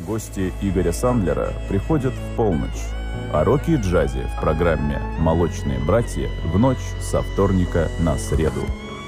Гости Игоря Сандлера приходят в полночь, а роке и джазе в программе «Молочные братья» в ночь со вторника на среду.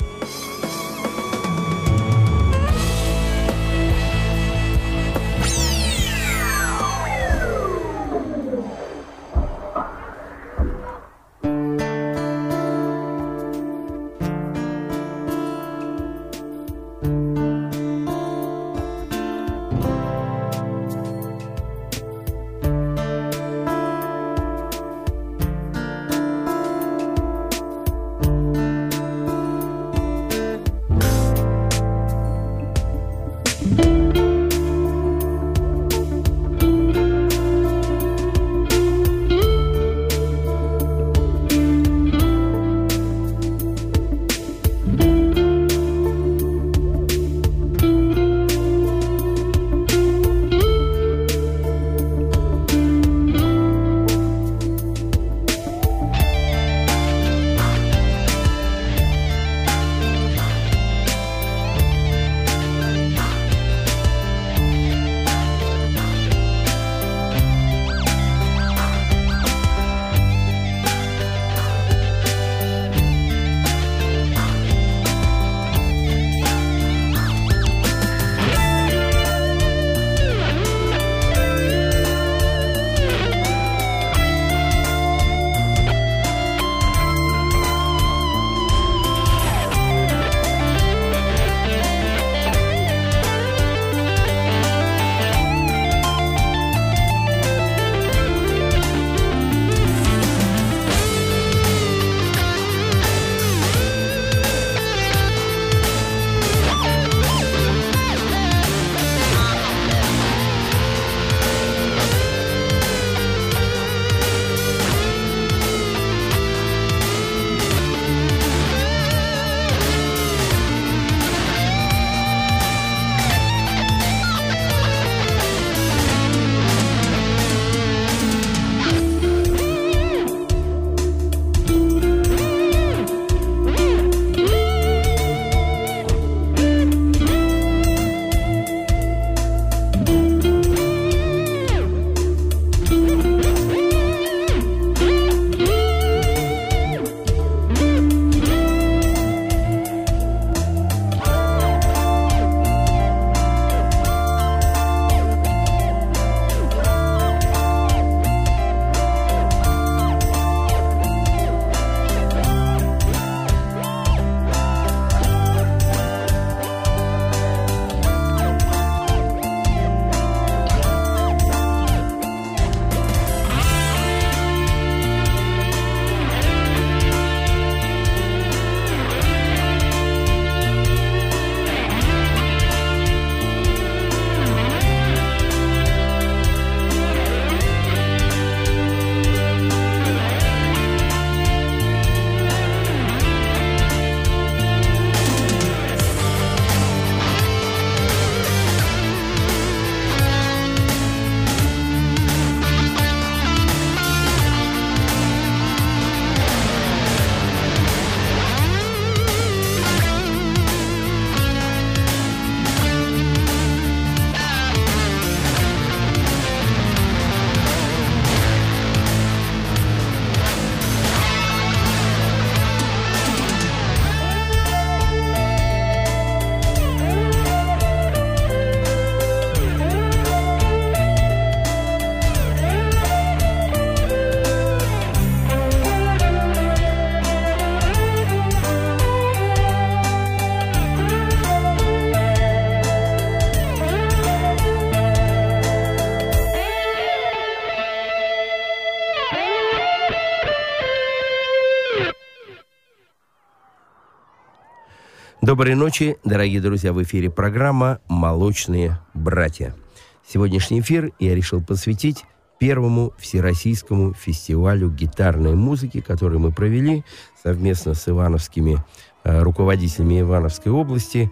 Доброй ночи, дорогие друзья, в эфире программа «Молочные братья». Сегодняшний эфир я решил посвятить первому всероссийскому фестивалю гитарной музыки, который мы провели совместно с ивановскими руководителями Ивановской области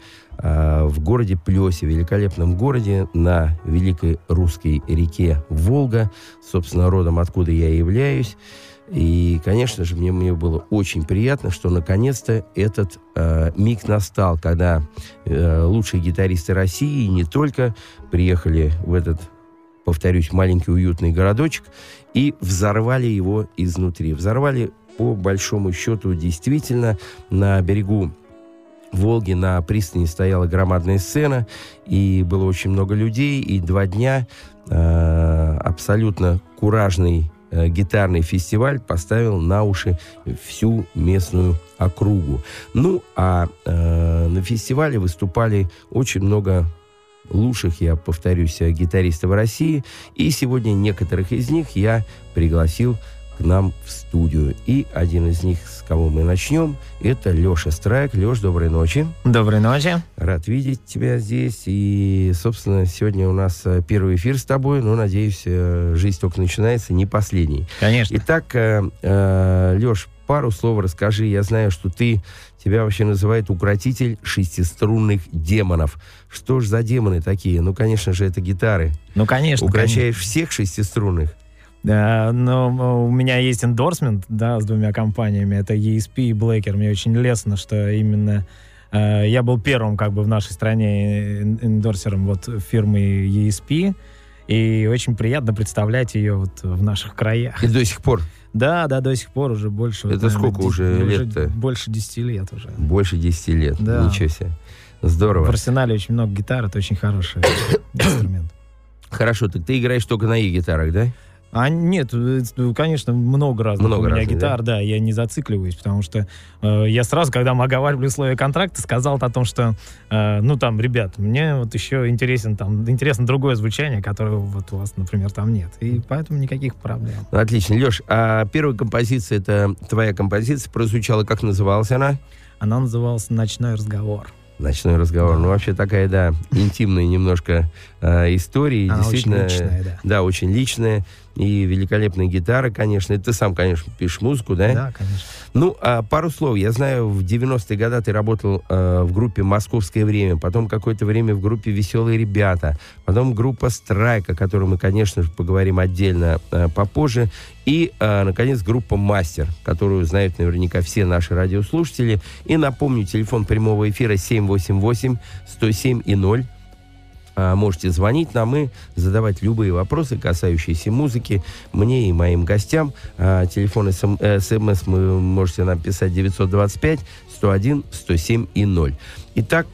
в городе Плесе, великолепном городе на великой русской реке Волга, собственно, родом откуда я являюсь. И, конечно же, мне было очень приятно, что наконец-то этот миг настал, когда лучшие гитаристы России, и не только, приехали в этот повторюсь, маленький уютный городочек, и взорвали его изнутри. Взорвали, по большому счету, действительно, на берегу Волги, на пристани стояла громадная сцена, и было очень много людей, и 2 дня абсолютно куражный гитарный фестиваль поставил на уши всю местную округу. Ну, а на фестивале выступали очень много лучших, я повторюсь, гитаристов России, и сегодня некоторых из них я пригласил к нам в студию. И один из них, с кого мы начнем, это Леша Страйк. Леш, доброй ночи. Доброй ночи. Рад видеть тебя здесь. И, собственно, сегодня у нас первый эфир с тобой, но, надеюсь, жизнь только начинается, не последний. Конечно. Итак, Леш, пару слов расскажи. Я знаю, что тебя вообще называют укротитель шестиструнных демонов. Что ж за демоны такие? Ну, конечно же, это гитары. Ну, конечно. Укрощаешь всех шестиструнных? Да, но у меня есть эндорсмент, да, с 2 компаниями. Это ESP и Blacker. Мне очень лестно, что именно я был первым, как бы, в нашей стране эндорсером вот фирмы ESP. И очень приятно представлять ее вот в наших краях. И до сих пор? Да, до сих пор уже больше. Это вот, сколько уже лет-то? Больше 10 лет уже. Больше 10 лет, да. Ничего себе. Здорово. В арсенале очень много гитар, это очень хороший инструмент. Хорошо, так ты играешь только на E-гитарах, да? Нет, конечно, много разных у меня гитар, да, я не зацикливаюсь, потому что я сразу, когда мы оговаривали условия контракта, сказал о том, что, ну, там, ребят, мне вот еще интересно другое звучание, которого вот у вас, например, там нет, и поэтому никаких проблем. Отлично. Леш, а первая композиция, это твоя композиция, прозвучала, как называлась она? Она называлась «Ночной разговор». Ночной разговор. Да. Ну, вообще такая, да, интимная немножко история. Она действительно, очень личная, да. Да, очень личная. И великолепная гитара, конечно. И ты сам, конечно, пишешь музыку, да? Да, конечно. Ну, пару слов. Я знаю, в 90-е годы ты работал в группе «Московское время», потом какое-то время в группе «Веселые ребята», потом группа «Страйк», о которой мы, конечно же, поговорим отдельно попозже, и, наконец, группа «Мастер», которую знают наверняка все наши радиослушатели. И напомню, телефон прямого эфира 788-107-0. Можете звонить нам и задавать любые вопросы, касающиеся музыки, мне и моим гостям. Телефон СМС вы можете нам писать 925-101-107-0. Итак,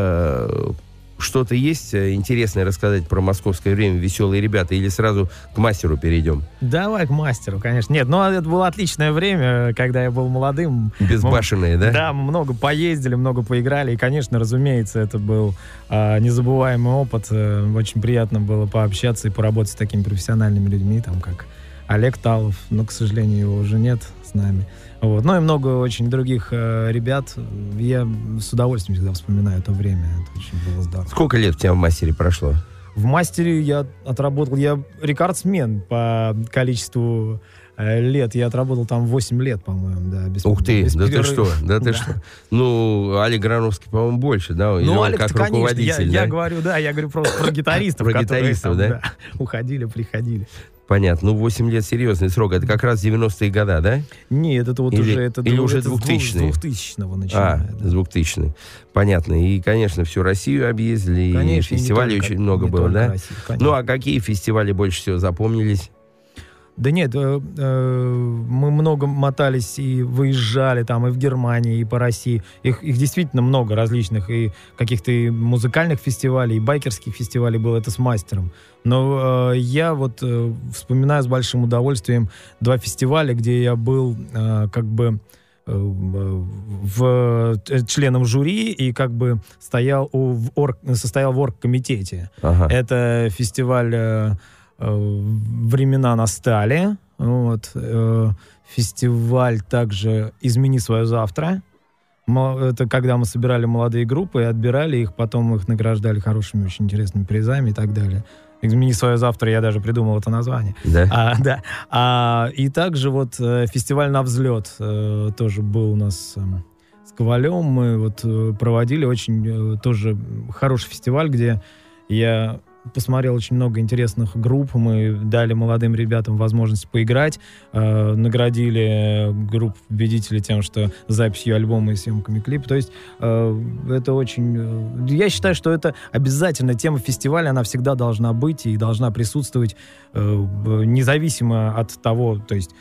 что-то есть интересное рассказать про «Московское время», «Веселые ребята», или сразу к «Мастеру» перейдем? Давай к «Мастеру», конечно. Нет, ну это было отличное время, когда я был молодым. Безбашенные, да? Да, много поездили, много поиграли. И, конечно, разумеется, это был незабываемый опыт. Очень приятно было пообщаться и поработать с такими профессиональными людьми, там, как Олег Талов, но, к сожалению, его уже нет с нами. Вот. Ну и много очень других ребят. Я с удовольствием всегда вспоминаю то время. Это очень было здорово. Сколько лет у тебя в «Мастере» прошло? В «Мастере» я отработал... Я рекордсмен по количеству лет. Я отработал там 8 лет, по-моему, да. Ух ты, да ты что? Да ты что? Ну, Олег Грановский, по-моему, больше, да? Ну, Олег, как руководитель, я говорю просто про гитаристов, про гитаристов, да? Уходили, приходили. Понятно. Ну, 8 лет серьезный срок. Это как раз 90-е годы, да? Нет, это вот уже... Или уже 2000-е? С 2000-го начиная. С 2000-х. Понятно. И, конечно, всю Россию объездили, конечно, и фестивалей очень много было, да? Россию, ну, а какие фестивали больше всего запомнились? Да нет, мы много мотались и выезжали там и в Германии, и по России. Их действительно много различных, и каких-то и музыкальных фестивалей, и байкерских фестивалей было, это с «Мастером». Но я вот вспоминаю с большим удовольствием 2 фестиваля, где я был как бы членом жюри и как бы состоял в оргкомитете. Ага. Это фестиваль «Времена настали». Вот. Фестиваль также «Измени свое завтра». Это когда мы собирали молодые группы и отбирали их, потом их награждали хорошими, очень интересными призами и так далее. «Измени свое завтра», я даже придумал это название. Да? Да. И также вот фестиваль «На взлет» тоже был у нас с Ковалем. Мы вот проводили очень тоже хороший фестиваль, где я посмотрел очень много интересных групп, мы дали молодым ребятам возможность поиграть, наградили группу победителей тем, что записью альбома и съемками клипа. То есть это очень... Я считаю, что это обязательно тема фестиваля, она всегда должна быть и должна присутствовать независимо от того, то есть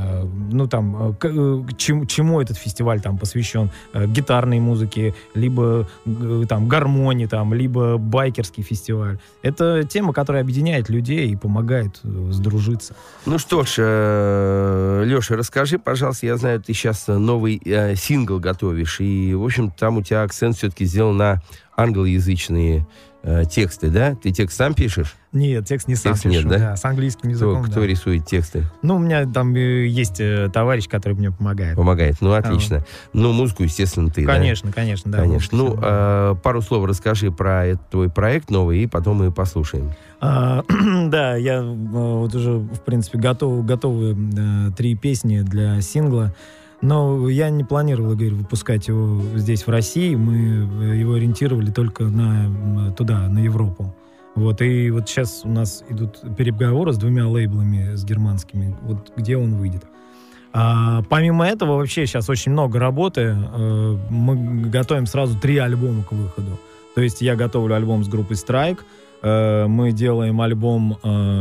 чему этот фестиваль там посвящен, гитарной музыке, либо там гармонии, там, либо байкерский фестиваль. Это тема, которая объединяет людей и помогает сдружиться. Ну что ж, Леша, расскажи, пожалуйста, я знаю, ты сейчас новый сингл готовишь, и, в общем, там у тебя акцент все-таки сделан на англоязычные тексты, да? Ты текст сам пишешь? Нет, текст не сам пишу, да? С английским языком. Кто рисует тексты? Ну, у меня там есть товарищ, который мне помогает. Помогает, ну, отлично. Ну, музыку, естественно, ты, конечно, да? Конечно, да. Конечно. Ну, пару слов расскажи про этот твой проект новый, и потом мы послушаем. Да, я вот уже, в принципе, готовы 3 песни для сингла. Но я не планировал, говорю, выпускать его здесь, в России. Мы его ориентировали только на Европу. Вот, и вот сейчас у нас идут переговоры с 2 лейблами, с германскими, вот где он выйдет. Помимо этого, вообще сейчас очень много работы. Мы готовим сразу 3 альбома к выходу. То есть я готовлю альбом с группой Strike, мы делаем альбом,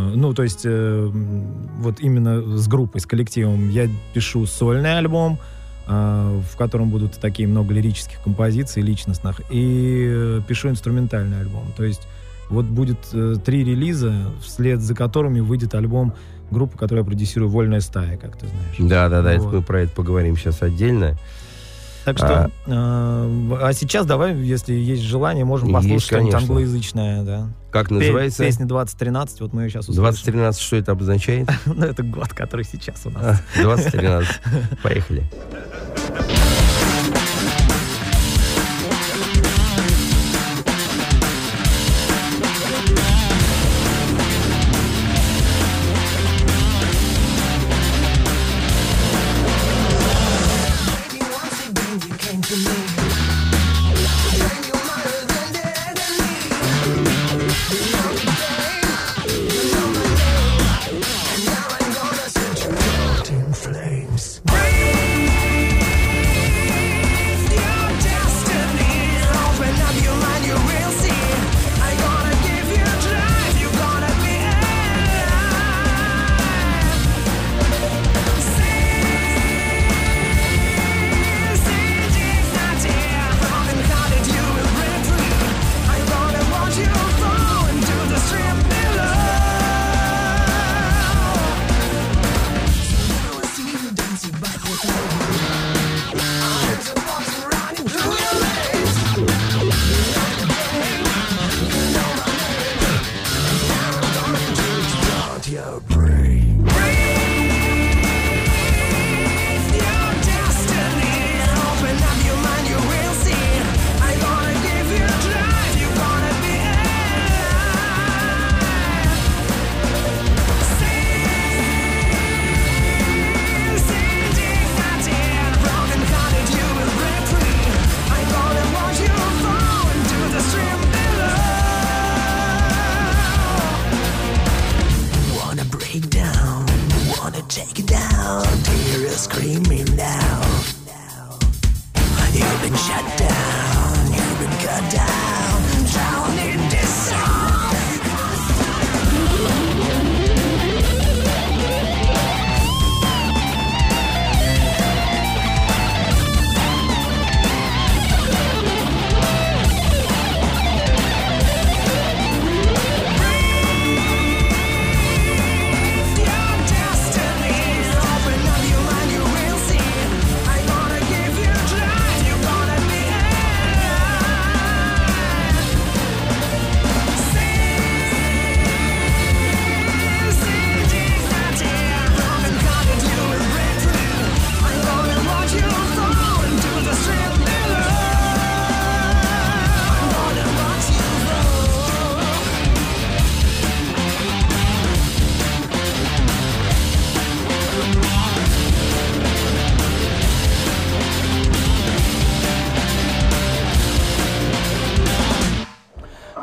вот именно с группой, с коллективом. Я пишу сольный альбом, в котором будут такие много лирических композиций, личностных, и пишу инструментальный альбом. То есть вот будет 3 релиза, вслед за которыми выйдет альбом группы, которую я продюсирую, «Вольная стая», как ты знаешь. Да, вот. Мы про это поговорим сейчас отдельно. Так что, сейчас давай, если есть желание, можем послушать что-нибудь англоязычное, да. Как называется? Песня 2013, вот мы ее сейчас услышим. 2013, что это обозначает? Ну, это год, который сейчас у нас. 2013. Поехали.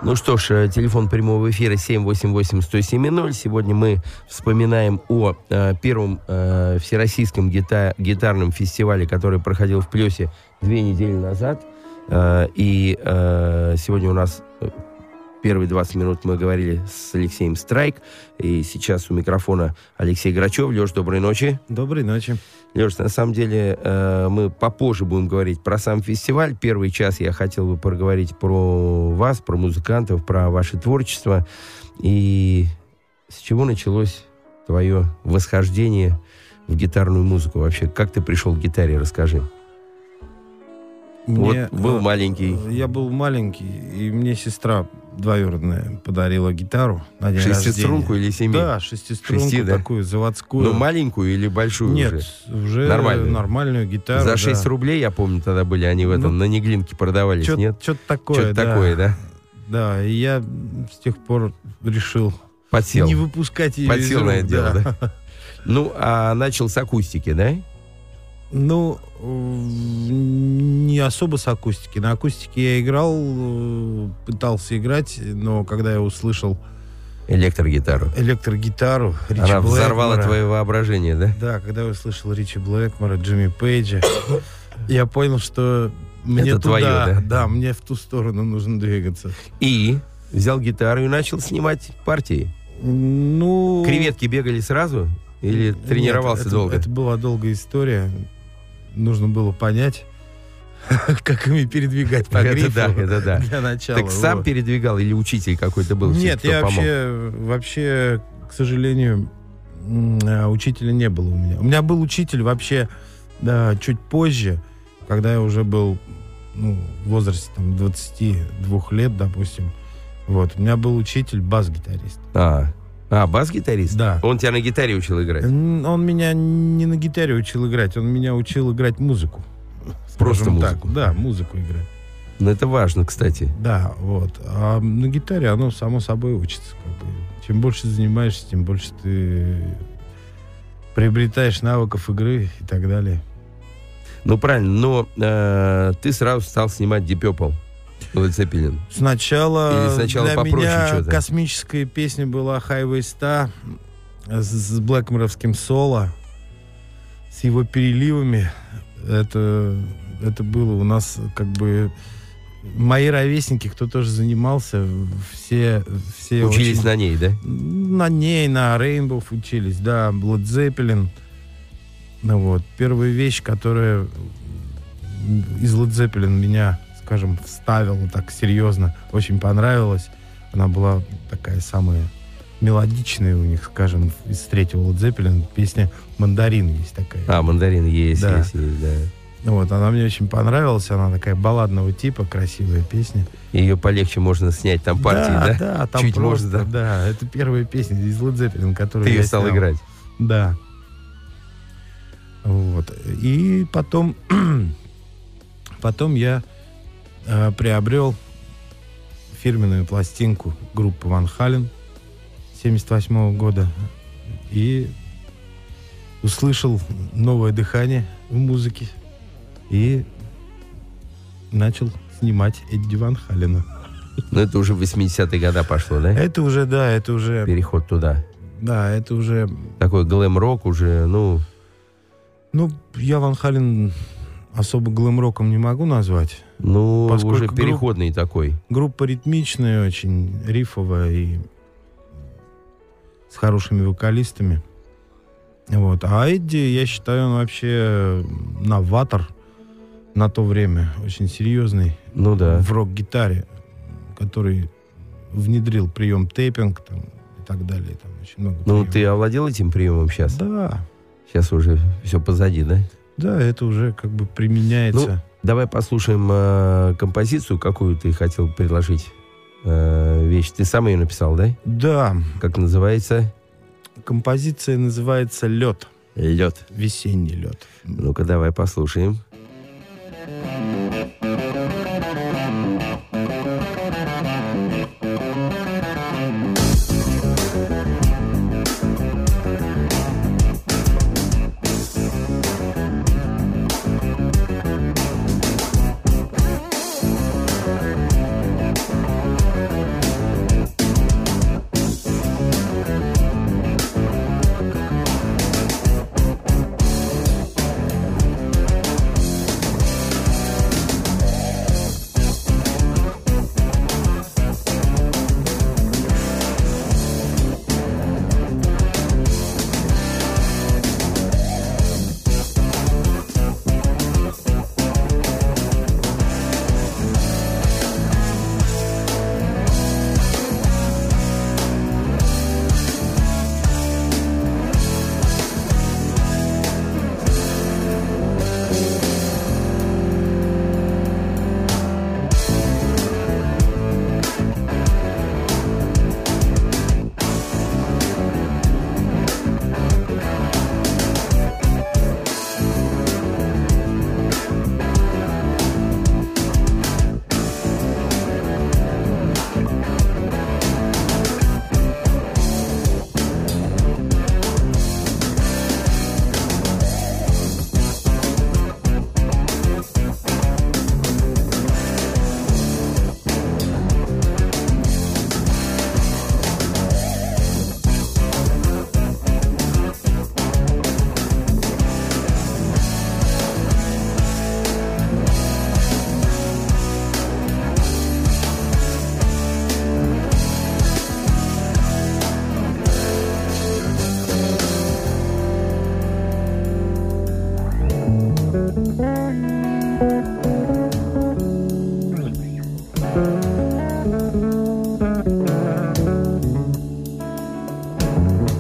Ну что ж, телефон прямого эфира 788-107-0. Сегодня мы вспоминаем о первом всероссийском гитарном фестивале, который проходил в Плёсе 2 недели назад. И сегодня у нас первые 20 минут мы говорили с Алексеем Страйк. И сейчас у микрофона Алексей Грачев. Леш, доброй ночи. Доброй ночи. Леш, на самом деле мы попозже будем говорить про сам фестиваль. Первый час я хотел бы поговорить про вас, про музыкантов, про ваше творчество. И с чего началось твое восхождение в гитарную музыку? Вообще, как ты пришел к гитаре, расскажи. Вот был маленький. Я был маленький, и мне сестра двоюродная подарила гитару на день рождения. Шестиструнку или семи? Да, шестиструнку, такую заводскую. Ну, маленькую или большую? Нет, уже нормальную гитару. За 6 рублей, я помню, тогда были они в этом, на Неглинке продавались, нет? Что-то такое, Что-то такое, да? Да, и я с тех пор решил Подсел. Не выпускать ее Подсел из рук. на это дело, да? Ну, а начал с акустики, да? Ну, не особо с акустики. На акустике я играл, пытался играть, но когда я услышал электрогитару Ричи Она Блэкмора, взорвала твое воображение, да? Да, когда я услышал Ричи Блэкмора, Джимми Пейджа, я понял, что мне это туда, твое, да? Да, мне в ту сторону нужно двигаться. И взял гитару и начал снимать партии. Ну... Креветки бегали сразу? Или тренировался долго? Это была долгая история. Нужно было понять, как ими передвигать по грифу. Это да. Для начала. Так сам передвигал или учитель какой-то был? Нет, я вообще, к сожалению, учителя не было у меня. У меня был учитель вообще чуть позже, когда я уже был в возрасте 22 лет, допустим. Вот. У меня был учитель бас-гитарист. Бас-гитарист? Да. Он тебя на гитаре учил играть? Он меня не на гитаре учил играть, он меня учил играть музыку. Просто музыку? Так. Да, музыку играть. Ну, это важно, кстати. Да, вот. А на гитаре оно само собой учится. Чем больше занимаешься, тем больше ты приобретаешь навыков игры и так далее. Ну, правильно, но ты сразу стал снимать Deep Purple. Led Zeppelin. Сначала для попроще меня что-то. Космическая песня была Highway Star с блэкморовским соло, с его переливами. Это было у нас мои ровесники, кто тоже занимался, все учились на ней, да? На ней, на Rainbow учились, да, Led Zeppelin. Вот. Первая вещь, которая из Led Zeppelin меня, скажем, вставила так серьезно, очень понравилась. Она была такая самая мелодичная у них, скажем, из третьего Led Zeppelin. Песня «Мандарин» есть такая. «Мандарин» есть, да. Вот, она мне очень понравилась. Она такая балладного типа, красивая песня. Ее полегче можно снять, там партии, да? Да, там чуть просто, можно, да. Это первая песня из Led Zeppelin, которую ты я ее стал снял. играть. Да. Вот. И потом я приобрел фирменную пластинку группы Ван Хален 1978 года и услышал новое дыхание в музыке и начал снимать Эдди Ван Халена. Ну, это уже в 80-е годы пошло, да? Это уже переход туда. Да, это уже... Такой глэм-рок уже, я Ван Хален особо глэм-роком не могу назвать. Уже переходный такой. Группа ритмичная, очень рифовая и с хорошими вокалистами. Вот. А Эдди, я считаю, он вообще новатор на то время. Очень серьезный. В рок-гитаре, который внедрил прием тейпинг и так далее. Там очень много приемов. Ты овладел этим приемом сейчас? Да. Сейчас уже все позади, да? Да, это уже применяется. Давай послушаем композицию, какую ты хотел предложить вещь. Ты сам ее написал, да? Да. Как называется? Композиция называется «Лед». «Лед». Весенний лед. Ну-ка, давай послушаем.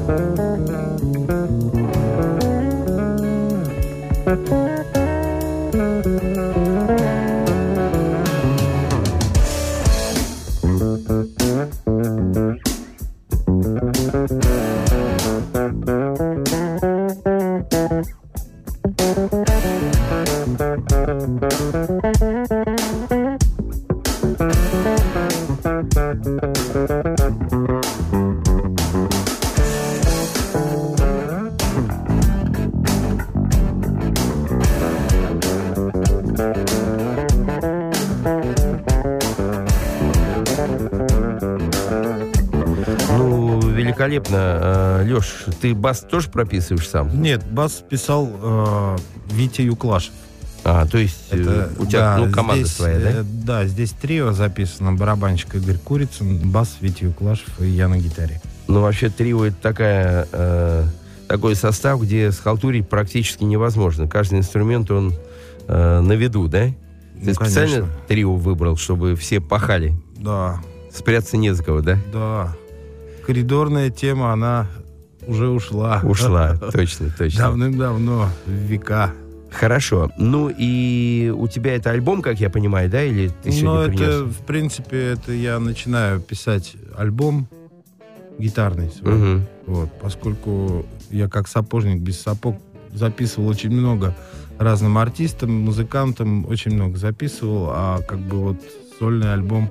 Великолепно. Леш, ты бас тоже прописываешь сам? Нет, бас писал Витя Юклашев. То есть у тебя команда здесь, своя, да? Да, здесь трио записано. Барабанщик Игорь Курицын, бас Витя Юклашев и я на гитаре. Ну, вообще, трио — это такой состав, где схалтурить практически невозможно. Каждый инструмент, он на виду, да? Ты специально конечно. Трио выбрал, чтобы все пахали? Да. Спрятаться не за кого, да? Да. Коридорная тема, она уже ушла. Ушла, точно. Давным-давно, в века. Хорошо. Ну и у тебя это альбом, как я понимаю, да? Или ты сегодня принес? Это, в принципе, это я начинаю писать альбом гитарный свой. Угу. Вот, поскольку я как сапожник без сапог записывал очень много разным артистам, музыкантам, очень много записывал, а как бы вот сольный альбом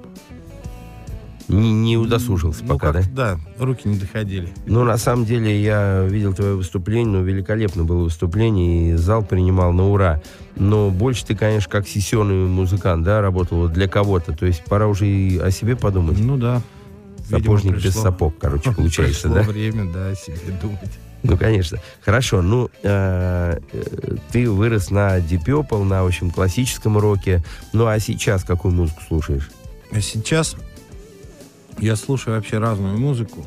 не удосужился пока, да? Да, руки не доходили. Ну, на самом деле, я видел твое выступление, великолепно было выступление, и зал принимал на ура. Но больше ты, конечно, как сессионный музыкант, да, работал для кого-то. То есть пора уже и о себе подумать. Ну, да. Сапожник без сапог, короче, получается, да? Пришло время, да, о себе думать. Ну, конечно. Хорошо. Ну, ты вырос на Deep Purple, на, в общем, классическом роке. Ну, а сейчас какую музыку слушаешь? А сейчас я слушаю вообще разную музыку.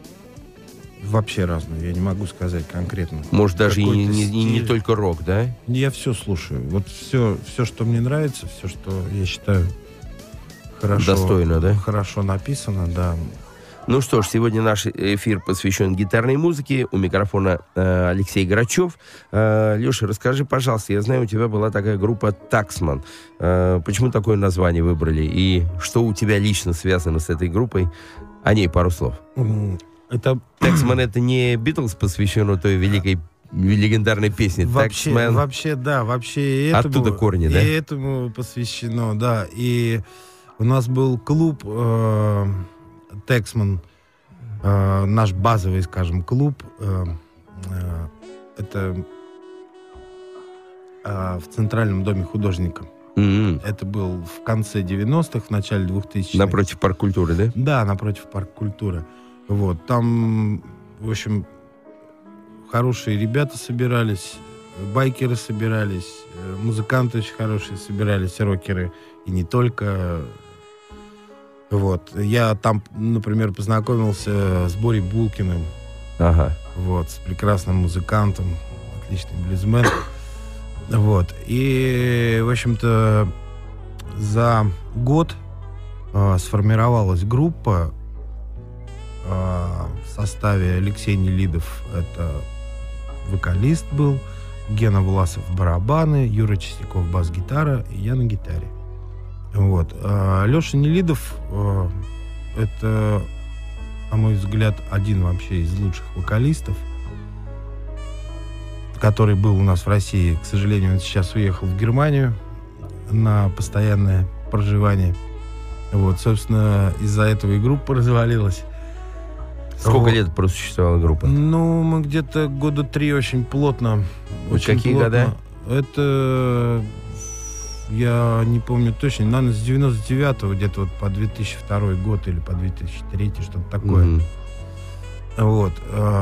Вообще разную. Я не могу сказать конкретно. Может, даже и не только рок, да? Я все слушаю. Вот все, что мне нравится, все, что я считаю хорошо, достойно, да? Хорошо написано, да. Ну что ж, сегодня наш эфир посвящен гитарной музыке. У микрофона Алексей Грачев. Леша, расскажи, пожалуйста, я знаю, у тебя была такая группа «Таксман». Почему такое название выбрали? И что у тебя лично связано с этой группой? О ней пару слов. «Таксман» — это не «Битлз» посвящено той великой легендарной песне? Вообще, да. Вообще этому, оттуда корни, да? И этому посвящено, да. И у нас был клуб «Таксман», наш базовый, скажем, клуб. Это в Центральном доме художника. Mm-hmm. Это был в конце 90-х, в начале 2000-х. Напротив Парк культуры, да? Да, напротив Парк культуры. Вот. Там, в общем, хорошие ребята собирались, байкеры собирались, музыканты очень хорошие собирались, рокеры. И не только. Вот. Я там, например, познакомился с Борей Булкиным. Ага. Вот, с прекрасным музыкантом, отличный блюзмен. Вот. И, в общем-то, за год сформировалась группа в составе Алексей Нелидов, это вокалист был, Гена Власов барабаны, Юра Чистяков бас-гитара и я на гитаре. Вот. Леша Нелидов это, на мой взгляд, один вообще из лучших вокалистов, который был у нас в России. К сожалению, он сейчас уехал в Германию на постоянное проживание. Вот, собственно, из-за этого и группа развалилась. Сколько лет просуществовала группа? Ну, мы где-то 3 года очень плотно. Очень какие плотно. года? Это, я не помню точно, наверное, с 99-го где-то вот по 2002 год или по 2003, что-то такое. Mm-hmm. Вот.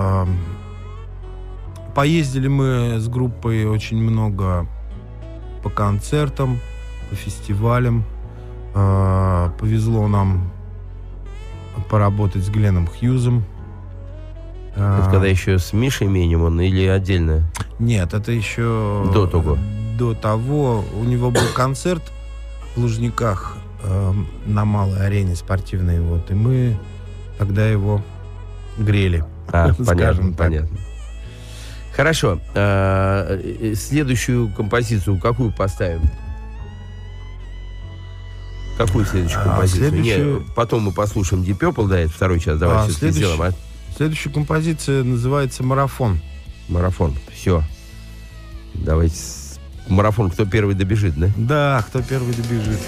Поездили мы с группой очень много по концертам, по фестивалям. Повезло нам поработать с Гленном Хьюзом. Это когда еще с Мишей Минимум или отдельно? Нет, это еще до того. До того. У него был концерт в Лужниках на малой арене спортивной. Вот, и мы тогда его грели. Понятно, понятно. Хорошо. Следующую композицию какую поставим? Какую следующую композицию? Потом мы послушаем Deep Purple, да, это второй час. Давайте все сделаем. Следующая композиция называется «Марафон». Марафон. Все. Давайте. Марафон, кто первый добежит, да? Да, кто первый добежит.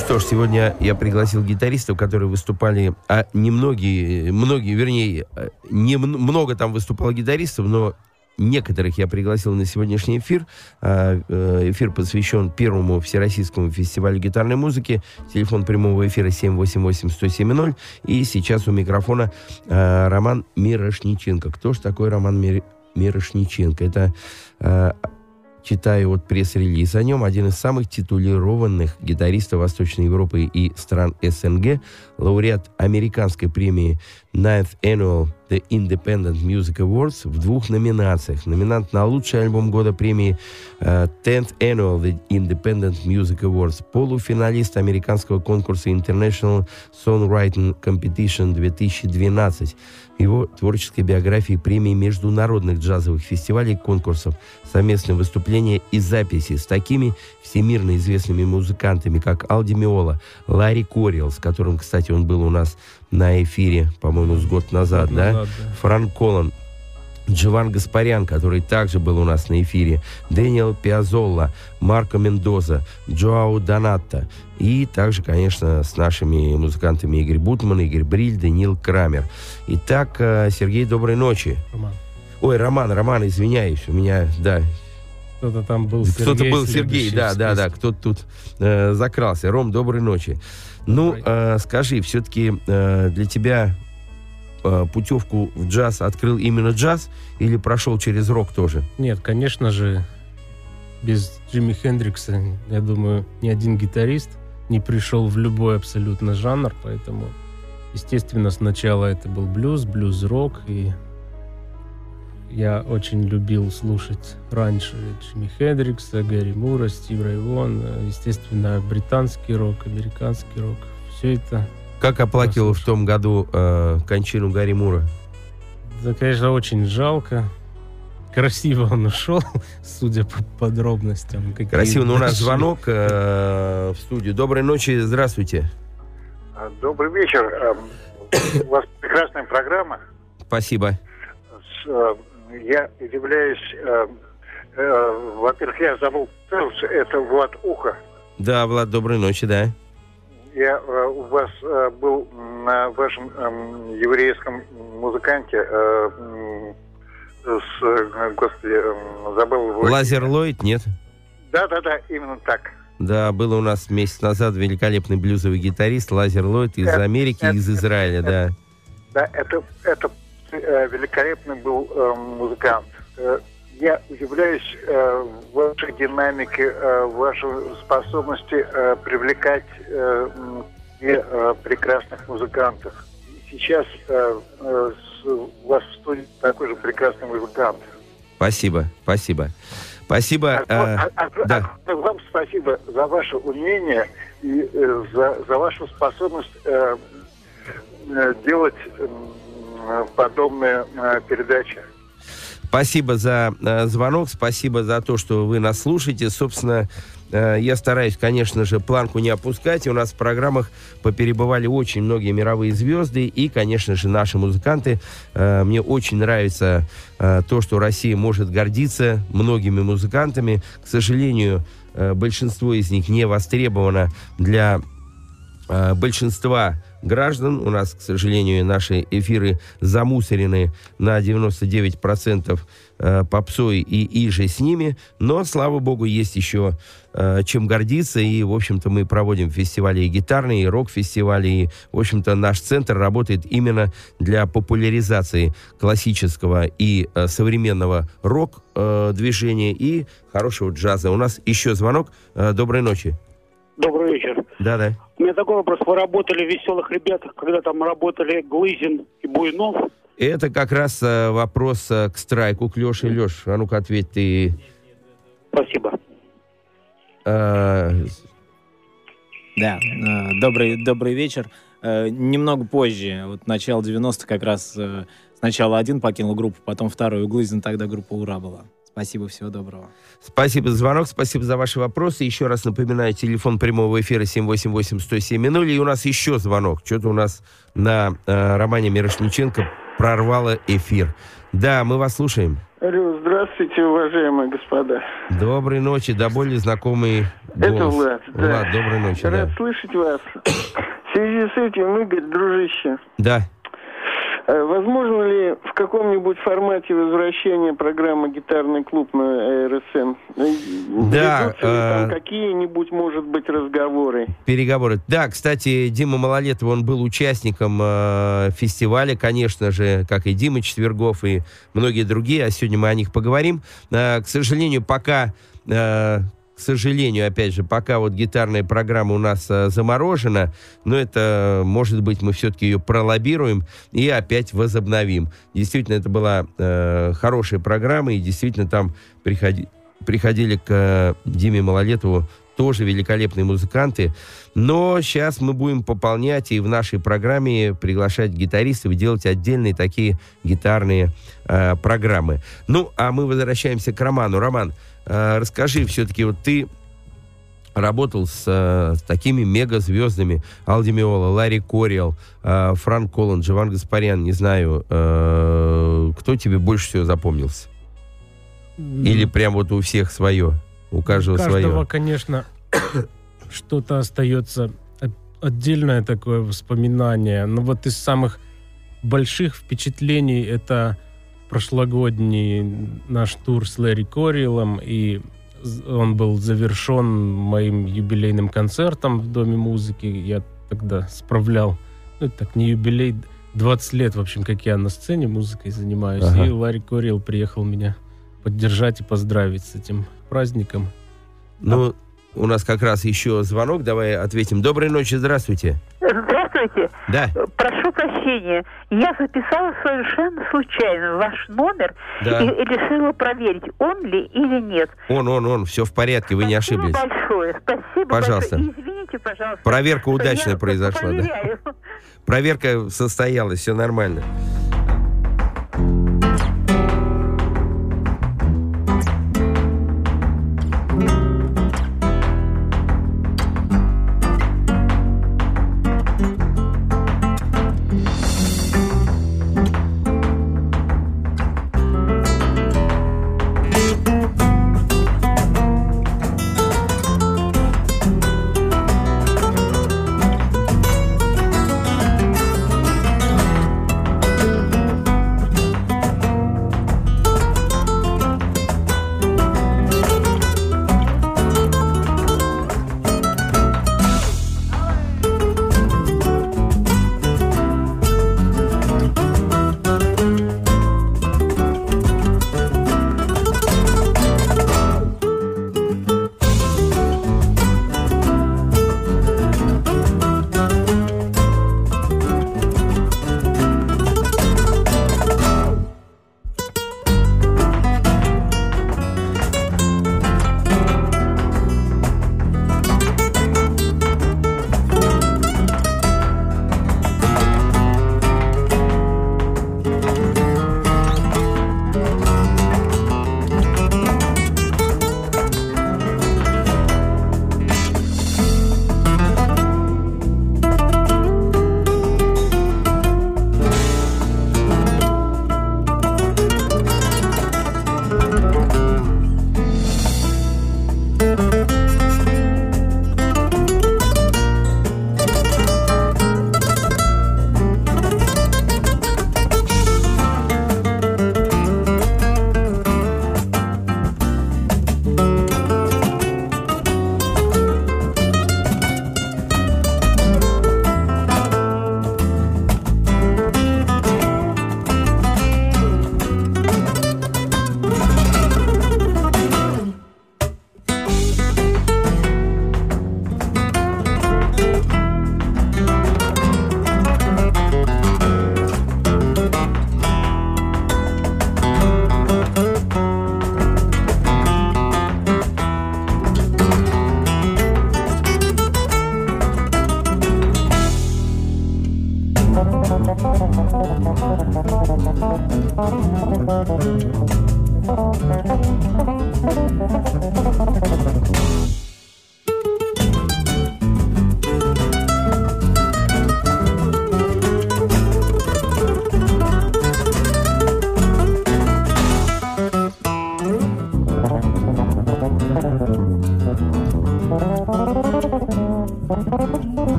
что ж, сегодня я пригласил гитаристов, которые выступали, немного там выступало гитаристов, но некоторых я пригласил на сегодняшний эфир. Эфир посвящен первому Всероссийскому фестивалю гитарной музыки. Телефон прямого эфира 788-107-0. И сейчас у микрофона Роман Мирошниченко. Кто же такой Роман Мирошниченко? Это... Читаю вот пресс-релиз о нем. Один из самых титулированных гитаристов Восточной Европы и стран СНГ, лауреат американской премии Ninth Annual The Independent Music Awards в 2 номинациях. Номинант на лучший альбом года премии 10th Annual The Independent Music Awards. Полуфиналист американского конкурса International Songwriting Competition 2012. Его творческой биографии премии международных джазовых фестивалей и конкурсов, совместные выступления и записи с такими всемирно известными музыкантами, как Алди Меола, Ларри Кориэл, с которым, кстати, он был у нас на эфире, по-моему, с год назад, да? Франк Колан, Джован Гаспарян, который также был у нас на эфире, Дэниел Пиазолла, Марко Мендоза, Джоау Донатто. И также, конечно, с нашими музыкантами Игорь Бутман, Игорь Бриль, Даниил Крамер. Итак, Сергей, доброй ночи. Роман. Ой, Роман, извиняюсь, у меня, да. Кто-то там был Сергей. Кто-то был Сергей, да, кто-то тут закрался. Ром, доброй ночи. Ну, скажи, все-таки для тебя путевку в джаз открыл именно джаз или прошел через рок тоже? Нет, конечно же, без Джимми Хендрикса, я думаю, ни один гитарист не пришел в любой абсолютно жанр, поэтому, естественно, сначала это был блюз-рок, и я очень любил слушать раньше Джимми Хендрикса, Гэри Мура, Стив Рэй Вон, естественно, британский рок, американский рок, все это. Как оплакивал в том году кончину Гарри Мура? Да, конечно, очень жалко. Красиво он ушел, судя по подробностям. Красиво, но у нас звонок в студию. Доброй ночи, здравствуйте. Добрый вечер. У вас прекрасная программа. Спасибо. Я являюсь... Во-первых, я забыл, это Влад Ухо. Да, Влад, доброй ночи, да. Я у вас был на вашем еврейском музыканте забыл его. Лазер Ллойд, нет? Да, именно так. Да, был у нас месяц назад великолепный блюзовый гитарист Лазер Ллойд из Америки, из Израиля, да. Да, это великолепный был музыкант. Я удивляюсь вашей динамике, вашей способности привлекать прекрасных музыкантов. Сейчас у вас в студии такой же прекрасный музыкант. Спасибо. Да. Вам спасибо за ваше умение и за вашу способность делать подобные передачи. Спасибо за звонок, спасибо за то, что вы нас слушаете. Собственно, я стараюсь, конечно же, планку не опускать. И у нас в программах поперебывали очень многие мировые звезды и, конечно же, наши музыканты. Мне очень нравится то, что Россия может гордиться многими музыкантами. К сожалению, большинство из них не востребовано для большинства граждан. У нас, к сожалению, наши эфиры замусорены на 99% попсой и иже с ними. Но, слава богу, есть еще чем гордиться. И, в общем-то, мы проводим фестивали и гитарные, и рок-фестивали. И, в общем-то, наш центр работает именно для популяризации классического и современного рок-движения и хорошего джаза. У нас еще звонок. Доброй ночи. Добрый вечер. Да. У меня такой вопрос. Вы работали в «Веселых ребятах», когда там работали Глызин и Буйнов? Это как раз вопрос к страйку, к Леше. Леш, а ну-ка ответь ты. Спасибо. Да, добрый вечер. Немного позже, вот начало 90-х как раз сначала один покинул группу, потом второй. У Глызин тогда группа «Ура» была. Спасибо, всего доброго. Спасибо за звонок, спасибо за ваши вопросы. Еще раз напоминаю, телефон прямого эфира 788-107-0. И у нас еще звонок. Что-то у нас на Романе Мирошниченко прорвало эфир. Да, мы вас слушаем. Алло, здравствуйте, уважаемые господа. Доброй ночи, до более знакомый голос. Это Влад, да. Влад, доброй ночи. Рад да. слышать вас. В связи с этим, Игорь, дружище. Да. Возможно ли в каком-нибудь формате возвращения программы «Гитарный клуб» на РСМ? Да. Ведутся ли там какие-нибудь, может быть, разговоры? Переговоры. Да, кстати, Дима Малолетов, он был участником фестиваля, конечно же, как и Дима Четвергов и многие другие, а сегодня мы о них поговорим. К сожалению, пока... опять же, пока вот гитарная программа у нас заморожена, но это, может быть, мы все-таки ее пролоббируем и опять возобновим. Действительно, это была хорошая программа, и действительно там приходили к Диме Малолетову тоже великолепные музыканты. Но сейчас мы будем пополнять и в нашей программе приглашать гитаристов и делать отдельные такие гитарные программы. Ну, а мы возвращаемся к Роману. Роман, расскажи, все-таки вот ты работал с такими мегазвездами: Алди Меола, Ларри Кориэл, Франк Коллан, Джован Гаспарян, не знаю, кто тебе больше всего запомнился? Или прям вот у всех свое? У каждого свое? У каждого, конечно, что-то остается, отдельное такое воспоминание. Но вот из самых больших впечатлений это прошлогодний наш тур с Ларри Кориэлом, и он был завершен моим юбилейным концертом в Доме музыки. Я тогда справлял, так не юбилей, 20 лет, в общем, как я на сцене музыкой занимаюсь. Ага. И Ларри Кориэл приехал меня поддержать и поздравить с этим праздником. Ну, у нас как раз еще звонок, давай ответим. Доброй ночи, здравствуйте. Здравствуйте. Да. Прошу прощения, я записала совершенно случайно ваш номер и решила проверить, он ли или нет. Он, все в порядке, вы не ошиблись. Спасибо большое, спасибо. Пожалуйста. Большое. Извините, пожалуйста. Проверка удачная произошла, да? Проверка состоялась, все нормально.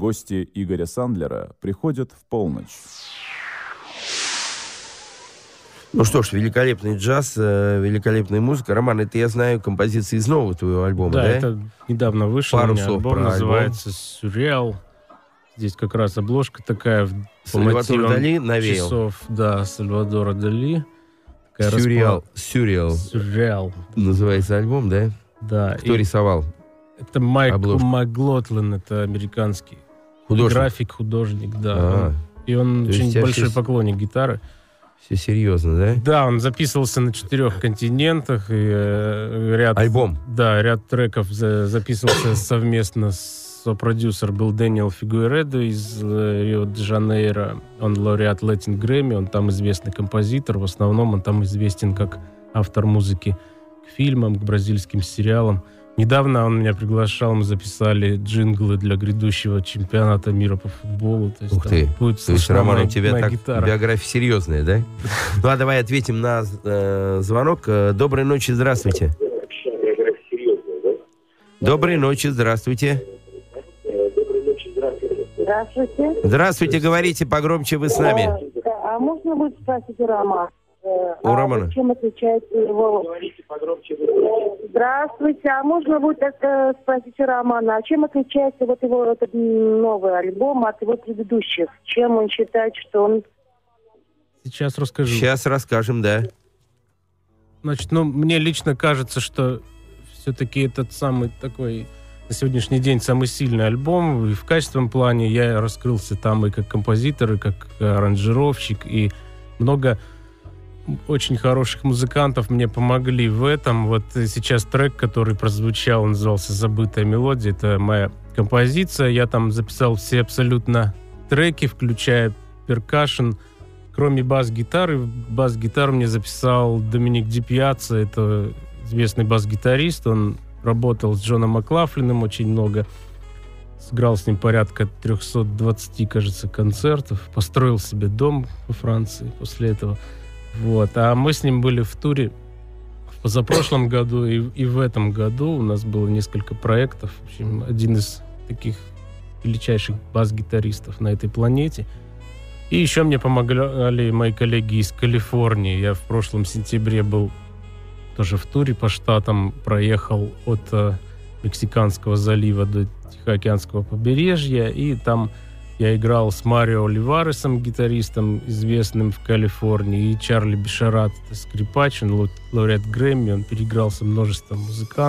Гости Игоря Сандлера приходят в полночь. Ну что ж, великолепный джаз, великолепная музыка. Роман, это, я знаю, композиции из нового твоего альбома, да? Да, это недавно вышел. Пару у меня слов альбом, про называется «Сюрреал». Здесь как раз обложка такая по Сальвадор Дали навеял. Часов, да, Сальвадора Дали. «Сюрреал». Называется альбом, да? Да. Кто рисовал? Это Майк Маклотлин, это американский график, художник, да. И он очень большой поклонник гитары. Все серьезно, да? Да, он записывался на 4 континентах. И альбом? Да, ряд треков записывался совместно. Продюсер был Дэниел Фигуэредо из Рио-де-Жанейро. Он лауреат Латин Грэмми, он там известный композитор. В основном он там известен как автор музыки к фильмам, к бразильским сериалам. Недавно он меня приглашал, мы записали джинглы для грядущего чемпионата мира по футболу. То есть, ух ты! Будет то есть, Роман, у тебя так гитара. Биография серьезная, да? Ну, а давай ответим на звонок. Доброй ночи, здравствуйте. Доброй ночи, здравствуйте. Здравствуйте. Здравствуйте, говорите погромче, вы с нами. А можно будет спросить у Романа? У Романа. Чем отличается его... Говорите погромче. Здравствуйте. А можно будет спросить у Романа, а чем отличается вот его этот новый альбом от его предыдущих? Чем он считает, что он... Сейчас расскажу. Сейчас расскажем, да. Значит, мне лично кажется, что все-таки этот самый такой... На сегодняшний день самый сильный альбом. И в качественном плане я раскрылся там и как композитор, и как аранжировщик. И много очень хороших музыкантов мне помогли в этом. Вот сейчас трек, который прозвучал, он назывался «Забытая мелодия». Это моя композиция. Я там записал все абсолютно треки, включая перкашн. Кроме бас-гитары. Бас-гитару мне записал Доминик Ди Пьяцца. Это известный бас-гитарист. Он работал с Джоном Маклафлином очень много. Сыграл с ним порядка 320, кажется, концертов. Построил себе дом во Франции после этого. Вот. А мы с ним были в туре в позапрошлом году и в этом году. У нас было несколько проектов. В общем, один из таких величайших бас-гитаристов на этой планете. И еще мне помогали мои коллеги из Калифорнии. Я в прошлом сентябре был тоже в туре по штатам, проехал от Мексиканского залива до Тихоокеанского побережья, и там я играл с Марио Оливаресом, гитаристом, известным в Калифорнии, и Чарли Бишарат, это скрипач, он лауреат Грэмми, он переигрался множеством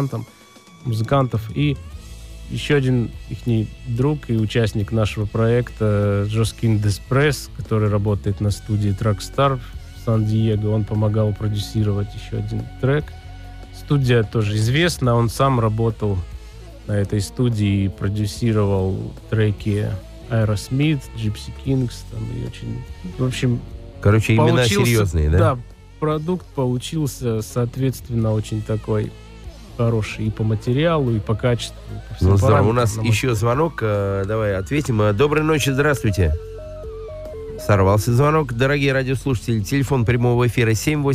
музыкантов, и еще один их друг и участник нашего проекта Джоскин Деспресс, который работает на студии Trackstar Сан-Диего, он помогал продюсировать еще один трек. Студия тоже известна, он сам работал на этой студии и продюсировал треки Aerosmith, Gypsy Kings, там, и очень... В общем... Короче, имена серьезные, да? Да, продукт получился, соответственно, очень такой хороший и по материалу, и по качеству. По всем здорово. У нас еще звонок, давай ответим. Доброй ночи, здравствуйте. Сорвался звонок. Дорогие радиослушатели, телефон прямого эфира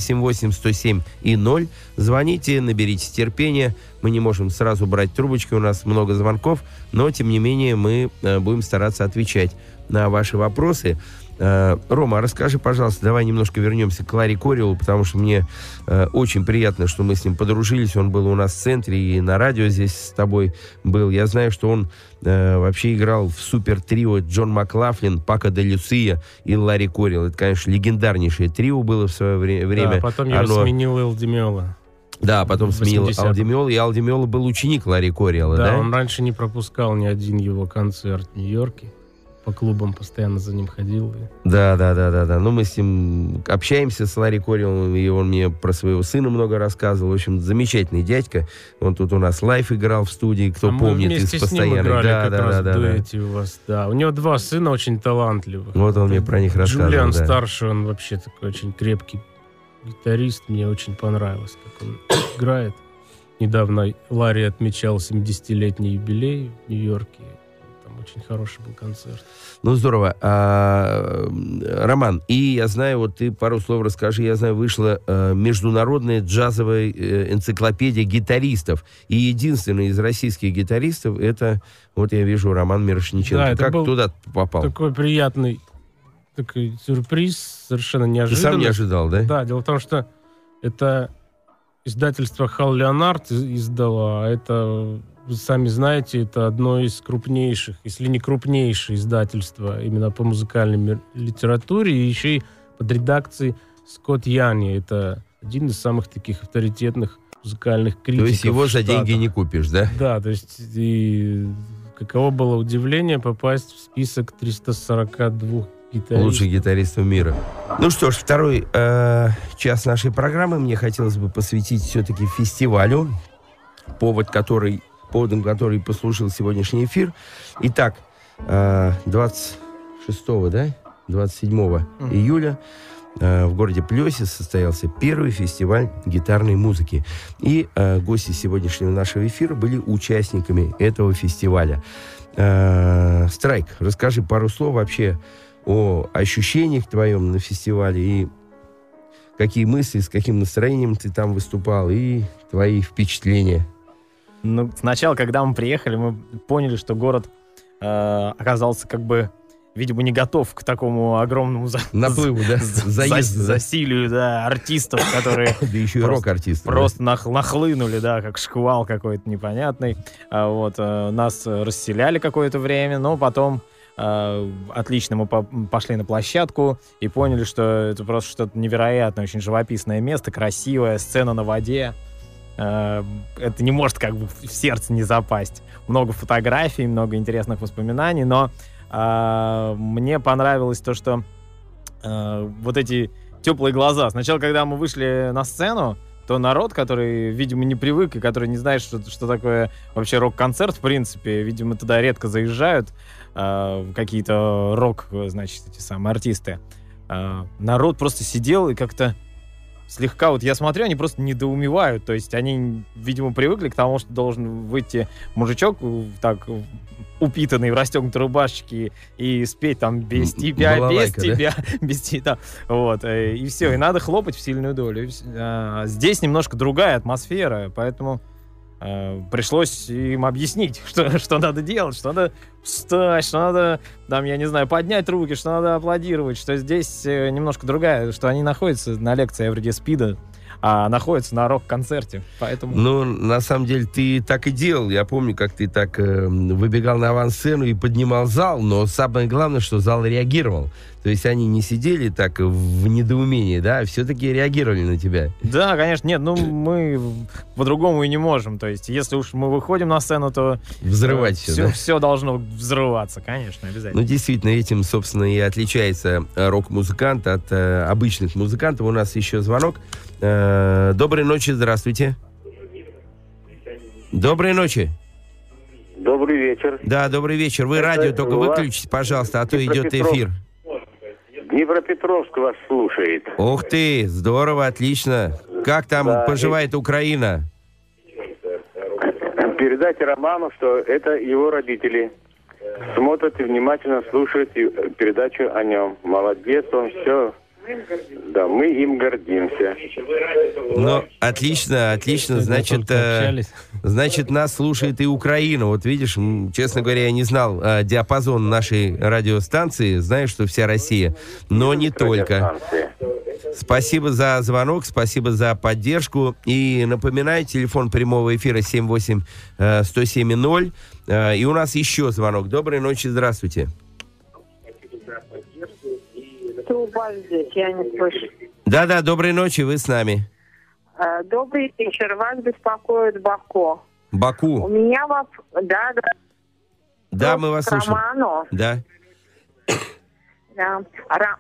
788-107-0. Звоните, наберите терпения. Мы не можем сразу брать трубочки, у нас много звонков, но, тем не менее, мы будем стараться отвечать на ваши вопросы. Рома, расскажи, пожалуйста, давай немножко вернемся к Ларри Кориллу, потому что мне очень приятно, что мы с ним подружились. Он был у нас в центре и на радио здесь с тобой был. Я знаю, что он вообще играл в супер-трио Джон Маклафлин, Пако де Люсия и Ларри Корилл. Это, конечно, легендарнейшее трио было в свое время. Да, потом его сменил Эл Ди Меола. Да, потом сменил Алди Меола, и Алди Меола был ученик Ларри Корилла, да? Да, он раньше не пропускал ни один его концерт в Нью-Йорке. По клубам постоянно за ним ходил. Да. Ну, мы с ним общаемся, с Ларри Кориллом, и он мне про своего сына много рассказывал. В общем, замечательный дядька. Он тут у нас лайв играл в студии, кто помнит, из постоянных. Мы вместе с ним играли в дуэте у вас. Да, у него 2 сына очень талантливых. Вот он мне про них рассказывал. Джулиан старший, он вообще такой очень крепкий гитарист. Мне очень понравилось, как он играет. Недавно Ларри отмечал 70-летний юбилей в Нью-Йорке. Там очень хороший был концерт. Ну, здорово. Роман, и я знаю, вот ты пару слов расскажи. Я знаю, вышла международная джазовая энциклопедия гитаристов. И единственный из российских гитаристов, это, вот я вижу, Роман Мирошниченко. Да, как туда попал? Такой приятный такой сюрприз, совершенно неожиданный. Ты сам не ожидал, да? Да, дело в том, что это издательство Хал Леонард издало, а это, вы сами знаете, это одно из крупнейших, если не крупнейшее издательство именно по музыкальной литературе, и еще и под редакцией Скотт Яни. Это один из самых таких авторитетных музыкальных критиков. То есть его за Штатах. деньги не купишь, да? Да, то есть и каково было удивление попасть в список 342 гитаристов. Лучших гитаристов мира. Ну что ж, второй час нашей программы мне хотелось бы посвятить все-таки фестивалю, поводом который послужил сегодняшний эфир. Итак, 27 июля в городе Плёсе состоялся первый фестиваль гитарной музыки. И гости сегодняшнего нашего эфира были участниками этого фестиваля. Страйк, расскажи пару слов вообще о ощущениях твоем на фестивале и какие мысли, с каким настроением ты там выступал и твои впечатления. Ну, сначала, когда мы приехали, мы поняли, что город оказался как бы, видимо, не готов к такому огромному наплыву, да? Засилию, да, артистов, которые... Да еще и рок-артисты. Просто нахлынули, да, как шквал какой-то непонятный. Вот, нас расселяли какое-то время, но потом отлично мы пошли на площадку и поняли, что это просто что-то невероятное, очень живописное место, красивая сцена на воде. Это не может как бы в сердце не запасть. Много фотографий, много интересных воспоминаний, но мне понравилось то, что вот эти теплые глаза. Сначала, когда мы вышли на сцену, то народ, который, видимо, не привык и который не знает, что такое вообще рок-концерт, в принципе, видимо, туда редко заезжают какие-то рок, значит, эти самые артисты. Народ просто сидел и как-то слегка, вот я смотрю, они просто недоумевают, то есть они, видимо, привыкли к тому, что должен выйти мужичок так упитанный в расстегнутой рубашечке и спеть там без тебя, балалайка, без тебя, без тебя, вот, и все, и надо хлопать в сильную долю. Здесь немножко другая атмосфера, поэтому пришлось им объяснить, что надо делать, что надо встать, что надо, там, я не знаю, поднять руки, что надо аплодировать, что здесь немножко другая, что они находятся на лекции Everyday Speed, а находятся на рок-концерте, поэтому... Ну, на самом деле, ты так и делал. Я помню, как ты так выбегал на авансцену и поднимал зал, но самое главное, что зал реагировал. То есть они не сидели так в недоумении, да, а все-таки реагировали на тебя. Да, конечно, нет, ну мы по-другому и не можем. То есть, если уж мы выходим на сцену, то... Взрывать все, да? Все должно взрываться, конечно, обязательно. Ну, действительно, этим, собственно, и отличается рок-музыкант от обычных музыкантов. У нас еще звонок. Доброй ночи, здравствуйте. Доброй ночи. Добрый вечер. Да, добрый вечер. Вы радио только выключите, пожалуйста, а то идет эфир. Днепропетровск вас слушает. Ух ты, здорово, отлично. Как там поживает Украина? Передайте Роману, что это его родители. Смотрят и внимательно слушают передачу о нем. Молодец, он все... Да, мы им гордимся. Ну, отлично, отлично. Значит, нас слушает и Украина. Вот видишь, честно говоря, я не знал диапазон нашей радиостанции. Знаю, что вся Россия, но не только. Спасибо за звонок, спасибо за поддержку. И напоминаю, телефон прямого эфира 78107.0. И у нас еще звонок. Доброй ночи, здравствуйте. Кто у вас здесь? Я не слышу. Да, доброй ночи, вы с нами. Добрый вечер. Вас беспокоит Баку. Баку? У меня вопрос... Да. Да, мы вас слушаем. Роману. Да. Да.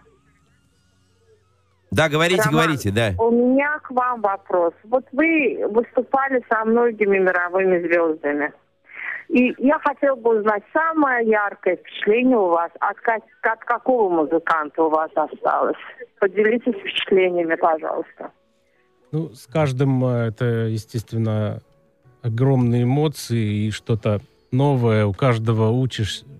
Да, говорите, Роман, говорите, да. У меня к вам вопрос. Вот вы выступали со многими мировыми звездами. И я хотела бы узнать, самое яркое впечатление у вас, от какого музыканта у вас осталось? Поделитесь впечатлениями, пожалуйста. Ну, с каждым это, естественно, огромные эмоции и что-то новое. У каждого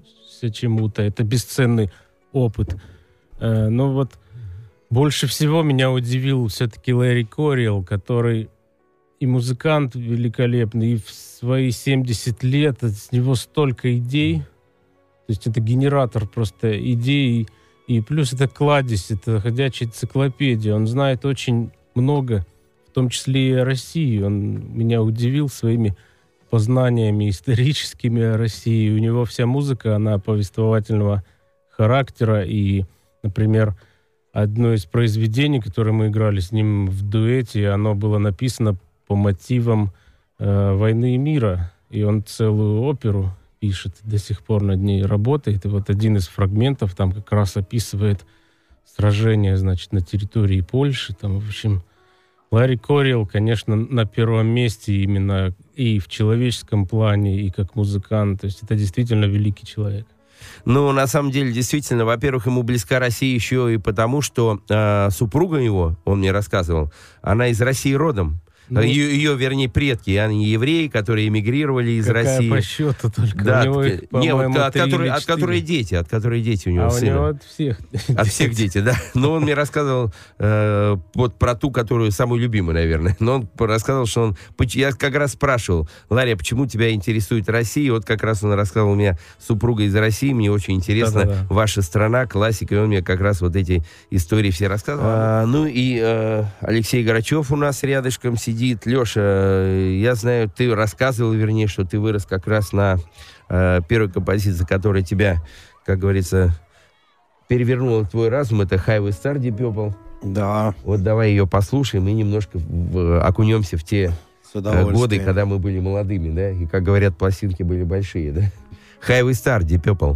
учишься чему-то, это бесценный опыт. Но вот больше всего меня удивил все-таки Ларри Кориэл, который и музыкант великолепный, и в свои 70 лет с него столько идей. То есть это генератор просто идей, и плюс это кладезь, это ходячая энциклопедия. Он знает очень много, в том числе и о России. Он меня удивил своими познаниями историческими о России. У него вся музыка, она повествовательного характера. И, например, одно из произведений, которое мы играли с ним в дуэте, оно было написано по мотивам «Войны и мира». И он целую оперу пишет, до сих пор над ней работает. И вот один из фрагментов там как раз описывает сражение, значит, на территории Польши. Там, в общем, Ларри Кориэл, конечно, на первом месте именно и в человеческом плане, и как музыкант. То есть это действительно великий человек. Ну, на самом деле, действительно, во-первых, ему близка Россия еще и потому, что супруга его, он мне рассказывал, она из России родом. Ее, вернее, предки, они евреи, которые эмигрировали из России. По счету только. Да, у него их, по-моему, от которой дети у него сына. У него от всех. От всех дети, да. Но он мне рассказывал вот про ту, которую самую любимую, наверное. Но он рассказывал, что он... Я как раз спрашивал: Ларри, почему тебя интересует Россия? Вот как раз он рассказывал, у меня супруга из России, мне очень интересна ваша страна, классика, и он мне как раз вот эти истории все рассказывал. Ну и Алексей Грачев у нас рядышком сидит. Леша, я знаю, ты рассказывал, вернее, что ты вырос как раз на первой композиции, которая тебя, как говорится, перевернула твой разум. Это Highway Star Deep Purple. Да. Вот давай ее послушаем и немножко окунемся в те годы, когда мы были молодыми, да? И, как говорят, пластинки были большие, да? Highway Star Deep Purple.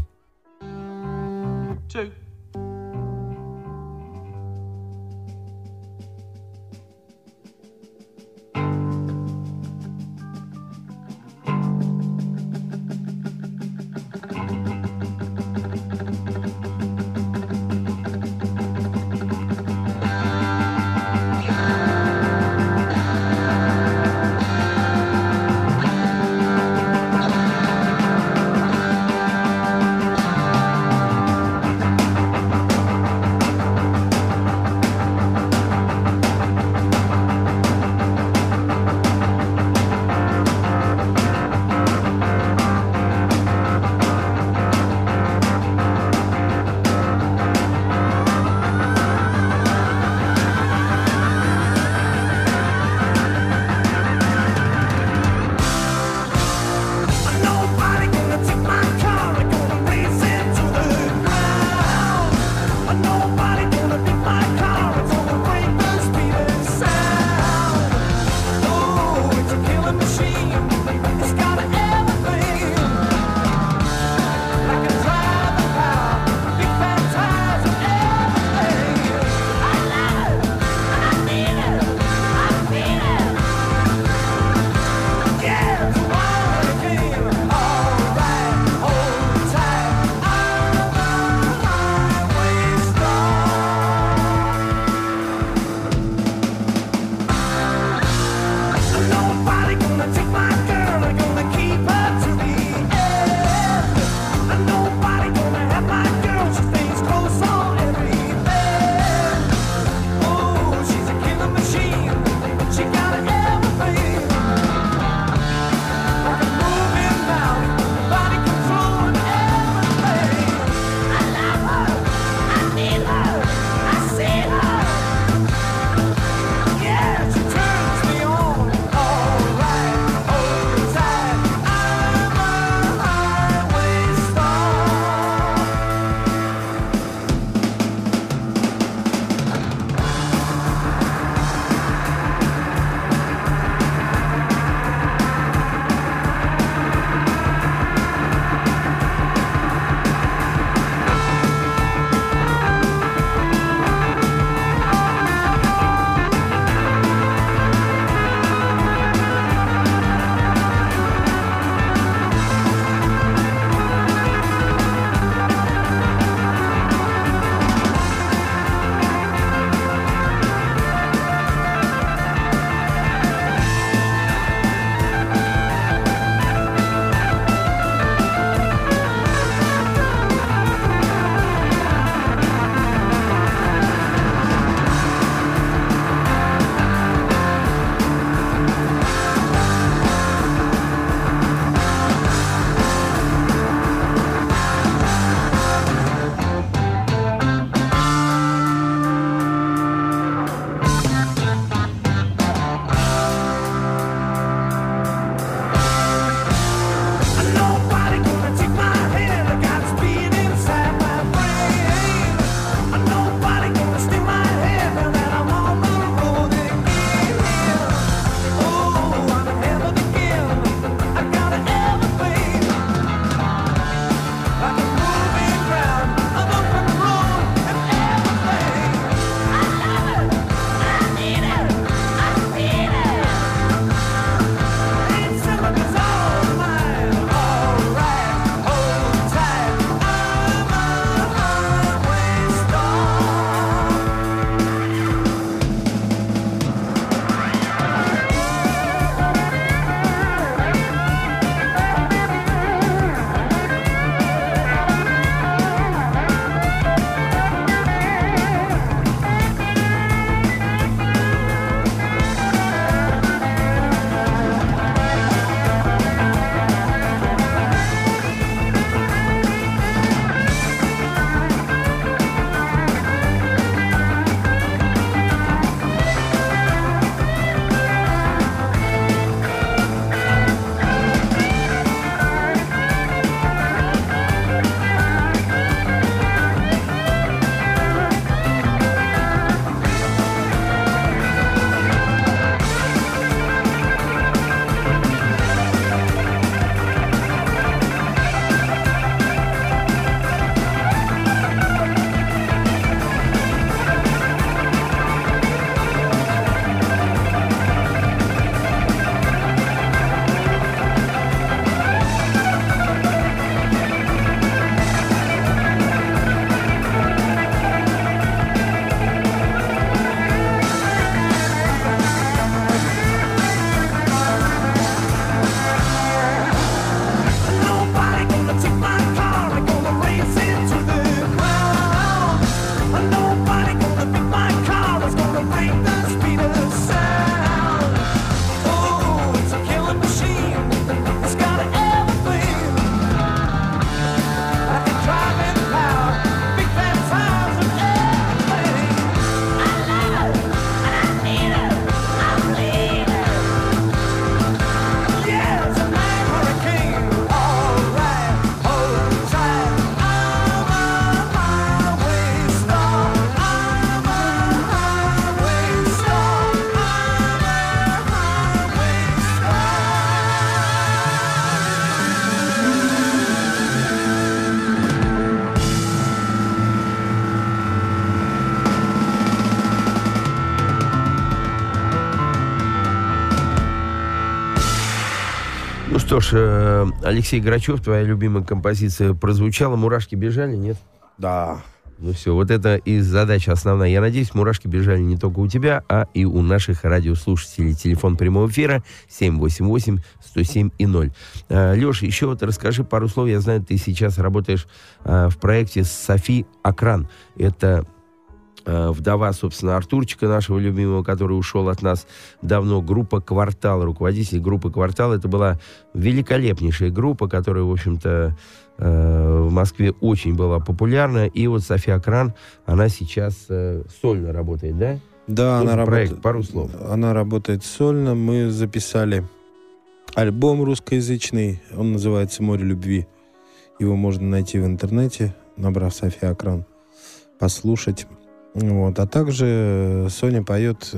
что ж, Алексей Грачев, твоя любимая композиция прозвучала. «Мурашки бежали», нет? Да. Ну все, вот это и задача основная. Я надеюсь, мурашки бежали не только у тебя, а и у наших радиослушателей. Телефон прямого эфира 788-107-0. Леша, еще вот расскажи пару слов. Я знаю, ты сейчас работаешь в проекте Софи Акран. Это вдова, собственно, Артурчика, нашего любимого, который ушел от нас давно. Группа «Квартал», руководитель группы «Квартал». Это была великолепнейшая группа, которая, в общем-то, в Москве очень была популярна. И вот Софи Акран, она сейчас сольно работает, да? Да, она работает. Пару слов. Она работает сольно. Мы записали альбом русскоязычный. Он называется «Море любви». Его можно найти в интернете, набрав Софи Акран, послушать. Вот. А также Соня поет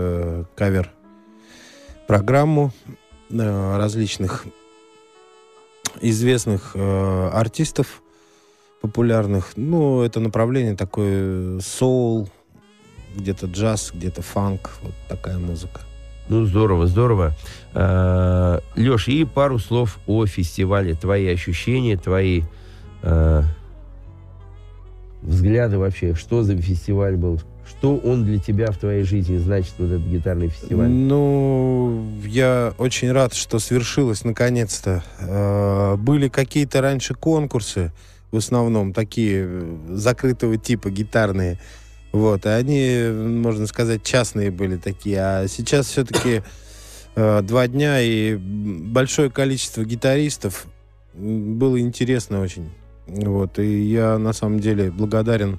кавер-программу различных известных артистов популярных. Ну, это направление такое соул, где-то джаз, где-то фанк. Вот такая музыка. Ну, здорово, здорово. Леш, и пару слов о фестивале. Твои ощущения, твои взгляды вообще. Что за фестиваль был? Что он для тебя в твоей жизни значит, вот этот гитарный фестиваль? Ну, я очень рад, что свершилось наконец-то. Были какие-то раньше конкурсы, в основном такие закрытого типа гитарные. Вот, и они, можно сказать, частные были такие. А сейчас все-таки 2 дня и большое количество гитаристов. Было интересно очень. Вот, и я на самом деле благодарен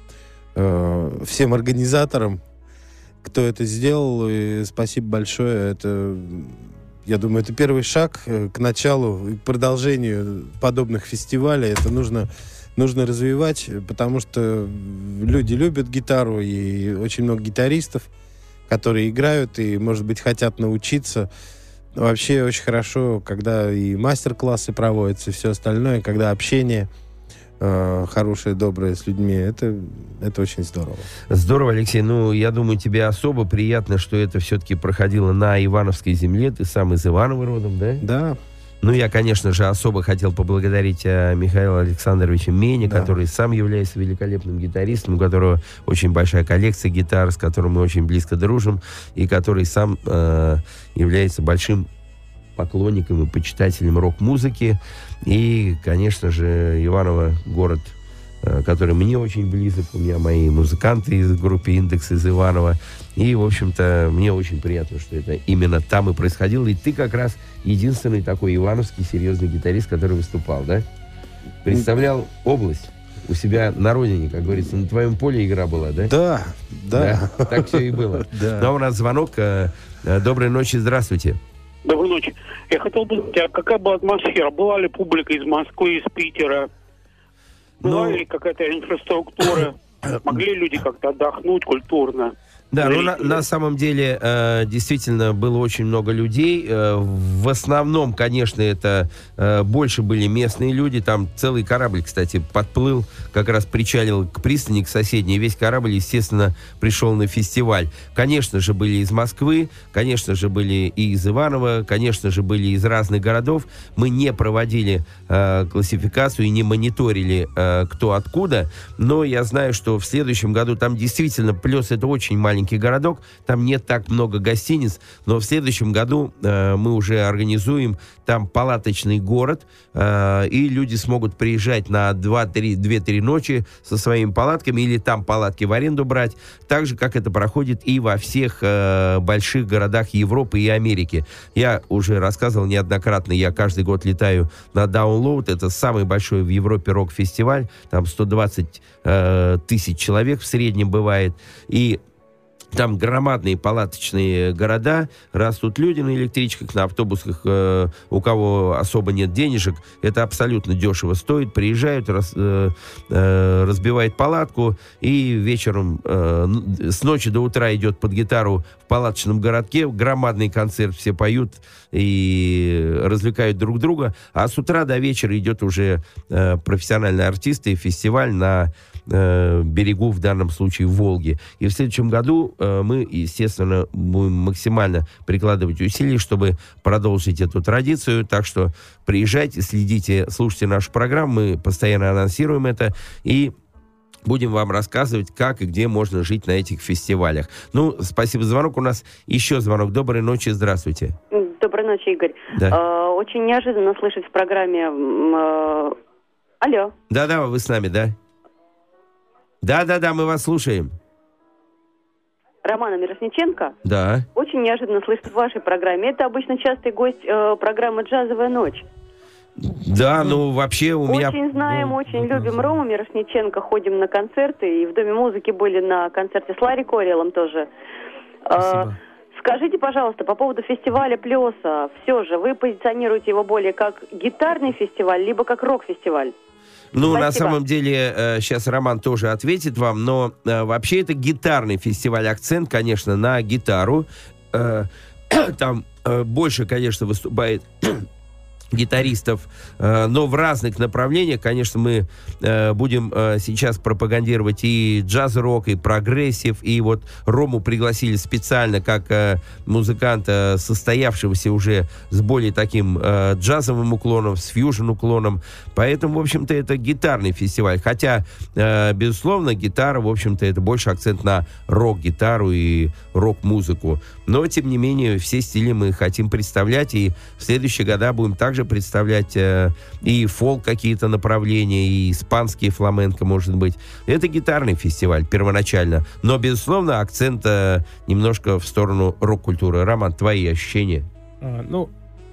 всем организаторам, кто это сделал, и спасибо большое. Это, я думаю, это первый шаг к началу и к продолжению подобных фестивалей. Это нужно развивать, потому что люди любят гитару, и очень много гитаристов, которые играют и, может быть, хотят научиться. Вообще очень хорошо, когда и мастер-классы проводятся, и все остальное, когда общение хорошее, доброе с людьми. Это очень здорово. Здорово, Алексей. Ну, я думаю, тебе особо приятно, что это все-таки проходило на Ивановской земле. Ты сам из Иванова родом, да? Да. Ну, я, конечно же, особо хотел поблагодарить Михаила Александровича Меня, да, который сам является великолепным гитаристом, у которого очень большая коллекция гитар, с которым мы очень близко дружим, и который сам является большим поклонником и почитателем рок-музыки. И, конечно же, Иваново — город, который мне очень близок. У меня мои музыканты из группы «Индекс» из Иванова. И, в общем-то, мне очень приятно, что это именно там и происходило. И ты как раз единственный такой ивановский серьезный гитарист, который выступал, да? Представлял область у себя на родине, как говорится. На твоем поле игра была, да? Да. Так все и было. Но у нас звонок. Доброй ночи, здравствуйте. Доброй ночи. Я хотел бы знать, а какая была атмосфера? Была ли публика из Москвы, из Питера? Была ли какая-то инфраструктура? Могли люди как-то отдохнуть культурно? Да, ну на самом деле действительно было очень много людей. В основном, конечно, это больше были местные люди. Там целый корабль, кстати, подплыл, как раз причалил к пристани, к соседней. Весь корабль, естественно, пришел на фестиваль. Конечно же, были из Москвы, конечно же, были и из Иванова, конечно же, были из разных городов. Мы не проводили классификацию и не мониторили, кто откуда. Но я знаю, что в следующем году там действительно, плюс это очень маленький городок, там нет так много гостиниц, но в следующем году мы уже организуем там палаточный город, и люди смогут приезжать на 2-3 ночи со своими палатками или там палатки в аренду брать, так же, как это проходит и во всех больших городах Европы и Америки. Я уже рассказывал неоднократно, я каждый год летаю на Download, это самый большой в Европе рок-фестиваль, там 120 тысяч человек в среднем бывает, и там громадные палаточные города, растут люди на электричках, на автобусах, у кого особо нет денежек. Это абсолютно дешево стоит. Приезжают, разбивают палатку, и вечером с ночи до утра идет под гитару в палаточном городке. Громадный концерт, все поют и развлекают друг друга. А с утра до вечера идет уже профессиональные артисты, фестиваль на берегу, в данном случае, Волги. И в следующем году мы, естественно, будем максимально прикладывать усилия, чтобы продолжить эту традицию. Так что приезжайте, следите, слушайте нашу программу, мы постоянно анонсируем это и будем вам рассказывать, как и где можно жить на этих фестивалях. Ну, спасибо за звонок. У нас еще звонок. Доброй ночи, здравствуйте. Доброй ночи, Игорь. Да. Очень неожиданно слышать в программе... Алло. Да-да, вы с нами, да? Да-да-да, мы вас слушаем. Романа Мирошниченко. Да. Очень неожиданно слышать в вашей программе. Это обычно частый гость программы «Джазовая ночь». Да, ну вообще у меня... Очень знаем, очень любим Рому Мирошниченко, ходим на концерты, и в Доме музыки были на концерте с Ларри Кориэлом тоже. Скажите, пожалуйста, по поводу фестиваля «Плеса», все же вы позиционируете его более как гитарный фестиваль, либо как рок-фестиваль? Ну, Спасибо. на самом деле, сейчас Роман тоже ответит вам, но вообще это гитарный фестиваль. Акцент, конечно, на гитару. Там больше, конечно, выступает гитаристов, но в разных направлениях. Конечно, мы будем сейчас пропагандировать и джаз-рок, и прогрессив, и вот Рому пригласили специально как музыканта, состоявшегося уже с более таким джазовым уклоном, с фьюжн-уклоном. Поэтому, в общем-то, это гитарный фестиваль. Хотя, безусловно, гитара, в общем-то, это больше акцент на рок-гитару и рок-музыку. Но, тем не менее, все стили мы хотим представлять, и в следующие года будем также представлять и фолк какие-то направления, и испанские фламенко, может быть. Это гитарный фестиваль первоначально, но, безусловно, акцент немножко в сторону рок-культуры. Роман, твои ощущения? Ну,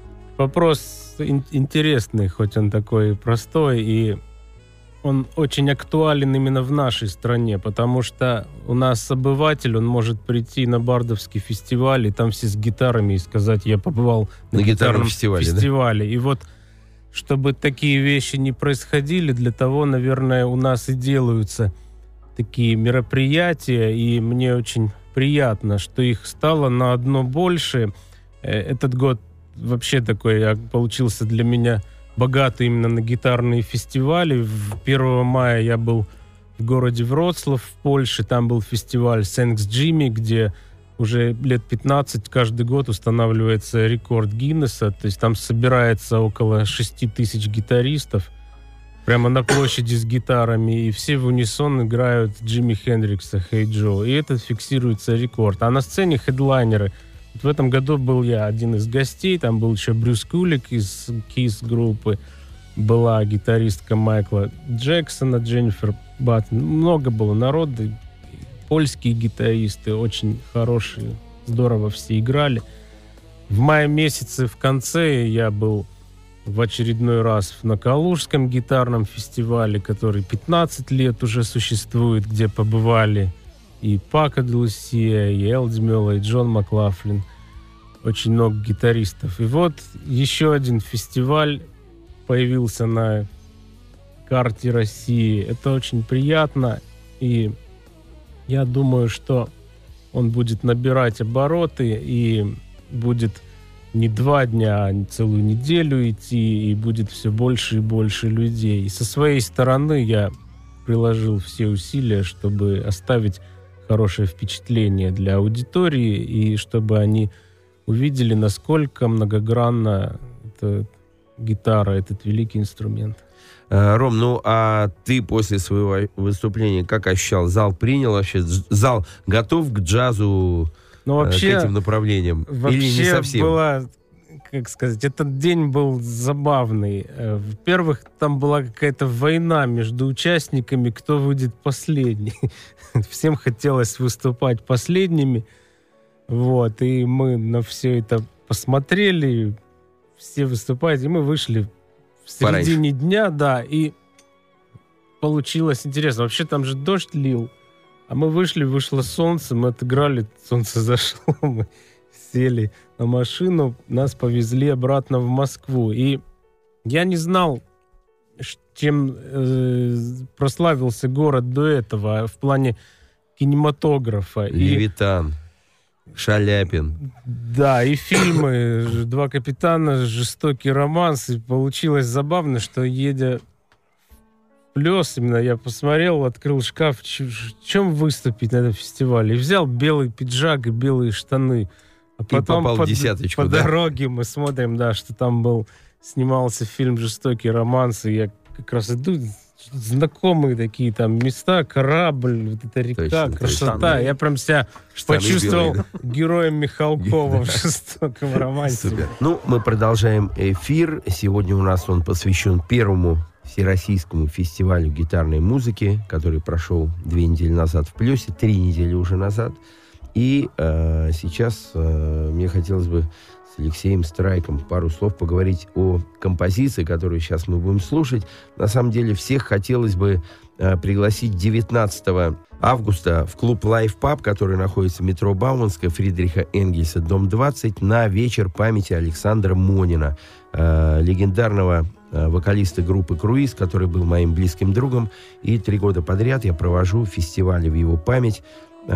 вопрос интересный, хоть он такой простой, и он очень актуален именно в нашей стране, потому что у нас обыватель, он может прийти на бардовский фестиваль, и там все с гитарами, и сказать, я побывал на гитарном фестивале. Да? И вот, чтобы такие вещи не происходили, для того, наверное, у нас и делаются такие мероприятия, и мне очень приятно, что их стало на одно больше. Этот год вообще такой получился для меня богатый именно на гитарные фестивали. 1 мая я был в городе Вроцлав в Польше, там был фестиваль Thanks Jimmy, где уже лет 15 каждый год устанавливается рекорд Гиннесса, то есть там собирается около 6 тысяч гитаристов прямо на площади с гитарами, и все в унисон играют Джимми Хендрикса «Hey Joe», и этот фиксируется рекорд. А на сцене хедлайнеры. В этом году был я один из гостей, там был еще Брюс Кулик из Kiss группы, была гитаристка Майкла Джексона, Дженнифер Баттон. Много было народа, польские гитаристы, очень хорошие, здорово все играли. В мае месяце в конце я был в очередной раз на Калужском гитарном фестивале, который 15 лет уже существует, где побывали и Пако де Лусия, и Элди Мелло, и Джон Маклафлин. Очень много гитаристов. И вот еще один фестиваль появился на карте России. Это очень приятно. И я думаю, что он будет набирать обороты и будет не 2 дня, а целую неделю идти, и будет все больше и больше людей. И со своей стороны я приложил все усилия, чтобы оставить хорошее впечатление для аудитории, и чтобы они увидели, насколько многогранна эта гитара, этот великий инструмент. Ром, ну а ты после своего выступления как ощущал? Зал принял вообще? Зал готов к джазу, вообще, к этим направлениям? Или не совсем? Была, как сказать, этот день был забавный. Во-первых, там была какая-то война между участниками, кто выйдет последний. Всем хотелось выступать последними. Вот, и мы на все это посмотрели, все выступают, и мы вышли в середине дня, да, и получилось интересно. Вообще там же дождь лил, а мы вышли, вышло солнце, мы отыграли, солнце зашло, мы сели на машину, нас повезли обратно в Москву. И я не знал, чем прославился город до этого в плане кинематографа. Левитан, Шаляпин. Да, и фильмы «Два капитана», «Жестокий романс». И получилось забавно, что едя Плес, именно я посмотрел, открыл шкаф, чем выступить на этом фестивале. И взял белый пиджак и белые штаны. А потом попал в десяточку, по дороге мы смотрим, да, что там снимался фильм «Жестокий романс», и я как раз иду, знакомые такие там места, корабль, вот эта река, точно, красота. точно. Я прям себя почувствовал героем Михалкова в «Жестоком романсе». Супер. Ну, мы продолжаем эфир. Сегодня у нас он посвящен первому Всероссийскому фестивалю гитарной музыки, который прошел 2 недели назад в Плесе, 3 недели уже назад. И сейчас мне хотелось бы с Алексеем Страйком пару слов поговорить о композиции, которую сейчас мы будем слушать. На самом деле всех хотелось бы пригласить 19 августа в клуб Live Pub, который находится в метро Бауманская, Фридриха Энгельса, дом 20, на вечер памяти Александра Монина, легендарного вокалиста группы «Круиз», который был моим близким другом. И 3 года подряд я провожу фестивали в его память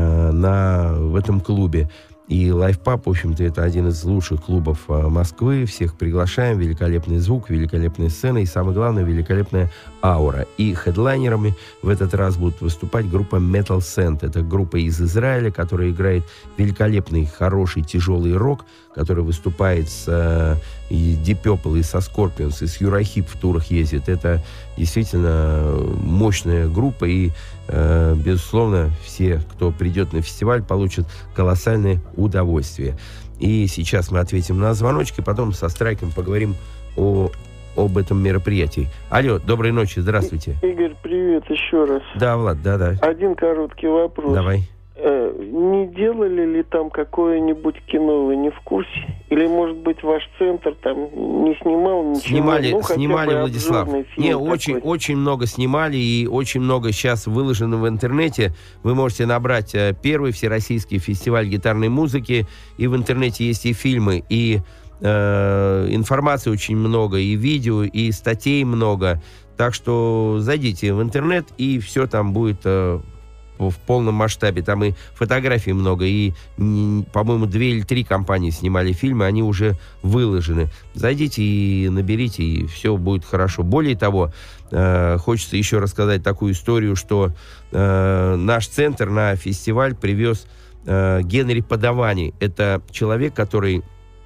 в этом клубе. И Live Pub, в общем-то, это один из лучших клубов Москвы. Всех приглашаем. Великолепный звук, великолепная сцена и, самое главное, великолепная аура. И хедлайнерами в этот раз будут выступать группа Metal Sand. Это группа из Израиля, которая играет великолепный, хороший, тяжелый рок, который выступает с Deep Purple и со Scorpions, и с Юрахип в турах ездит. Это действительно мощная группа, и безусловно, все, кто придет на фестиваль, получат колоссальное удовольствие. И сейчас мы ответим на звоночки, потом со Страйком поговорим об этом мероприятии. Алло, доброй ночи, здравствуйте. Игорь, привет еще раз. Да, Влад, да. Один короткий вопрос. Давай. Не делали ли там какое-нибудь кино, вы не в курсе? Или, может быть, ваш центр там не снимал ничего? Снимали, Владислав. Очень много снимали, и очень много сейчас выложено в интернете. Вы можете набрать первый Всероссийский фестиваль гитарной музыки, и в интернете есть и фильмы, и информации очень много, и видео, и статей много. Так что зайдите в интернет, и все там будет в полном масштабе. Там и фотографий много, и, по-моему, 2 или 3 компании снимали фильмы, они уже выложены. Зайдите и наберите, и все будет хорошо. Более того, хочется еще рассказать такую историю, что наш центр на фестиваль привез Генри Падавани. Это человек, который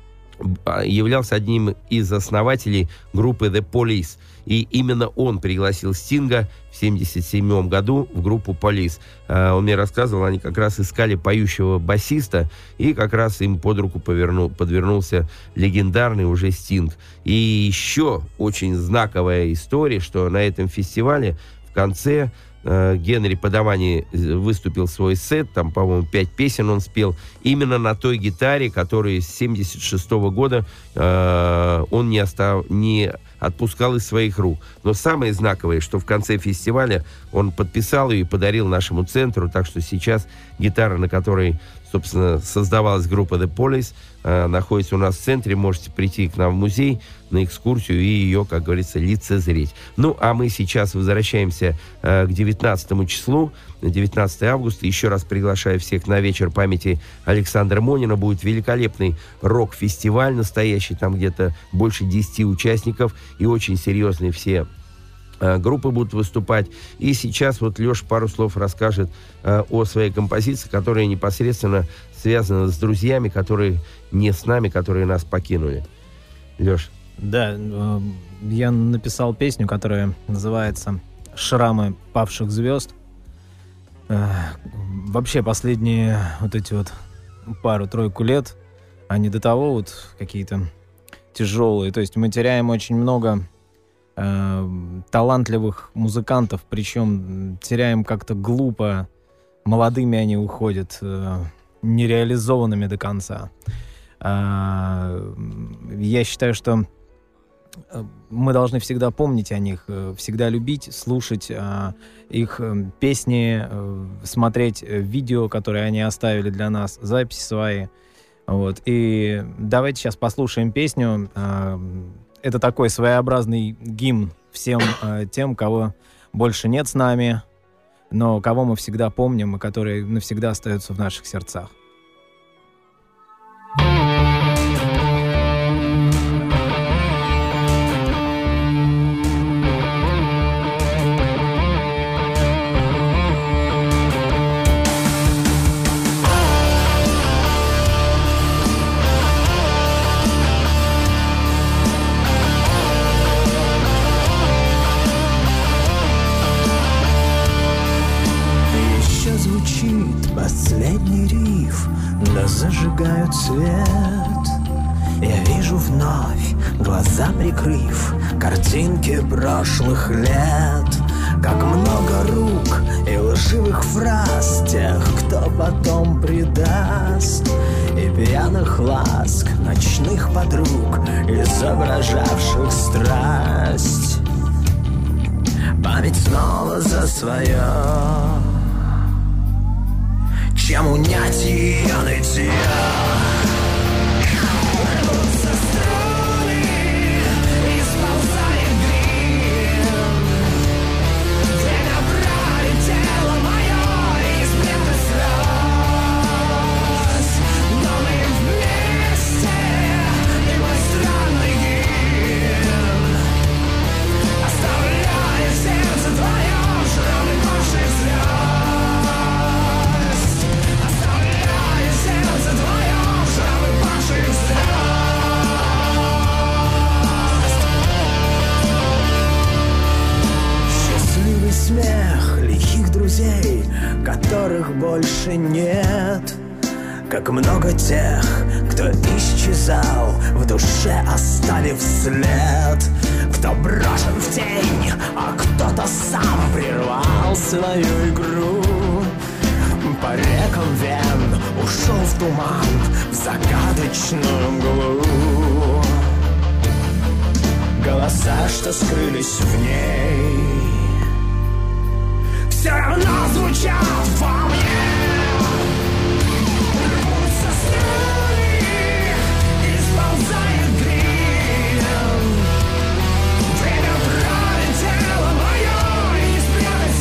являлся одним из основателей группы The Police. И именно он пригласил Стинга в 1977 году в группу Police. Он мне рассказывал, они как раз искали поющего басиста, и как раз им под руку подвернулся легендарный уже Стинг. И еще очень знаковая история, что на этом фестивале в конце Генри Падавани выступил свой сет, там, по-моему, 5 песен он спел, именно на той гитаре, которую с 1976 года он не отпускал из своих рук. Но самое знаковое, что в конце фестиваля он подписал ее и подарил нашему центру, так что сейчас гитара, на которой, собственно, создавалась группа The Police, находится у нас в центре. Можете прийти к нам в музей на экскурсию и ее, как говорится, лицезреть. Ну, а мы сейчас возвращаемся к 19 числу, 19 августа. Еще раз приглашаю всех на вечер памяти Александра Монина. Будет великолепный рок-фестиваль настоящий, там где-то больше 10 участников, и очень серьезные все группы будут выступать. И сейчас вот Леша пару слов расскажет о своей композиции, которая непосредственно связана с друзьями, которые не с нами, которые нас покинули. Леш. Да, я написал песню, которая называется «Шрамы павших звезд». Вообще последние вот эти вот пару-тройку лет, они до того вот какие-то тяжелые. То есть мы теряем очень много талантливых музыкантов, причем теряем как-то глупо. Молодыми они уходят, нереализованными до конца. Я считаю, что мы должны всегда помнить о них, всегда любить, слушать их песни, смотреть видео, которые они оставили для нас, записи свои. Вот. И давайте сейчас послушаем песню. Это такой своеобразный гимн всем тем, кого больше нет с нами, но кого мы всегда помним и которые навсегда остаются в наших сердцах. да зажигают свет. Я вижу вновь, глаза прикрыв, картинки прошлых лет. Как много рук и лживых фраз тех, кто потом предаст, и пьяных ласк ночных подруг, изображавших страсть. Память снова за свое. Чем унять ее нытье? Смех лихих друзей, которых больше нет. Как много тех, кто исчезал в душе, оставив след. Кто брошен в тень, а кто-то сам прервал свою игру. По рекам вен ушел в туман, в загадочную мглу. Голоса, что скрылись в ней, все равно звучат во мне. Рвутся струны, исползает грим. Время пролетело мое, и не спрятать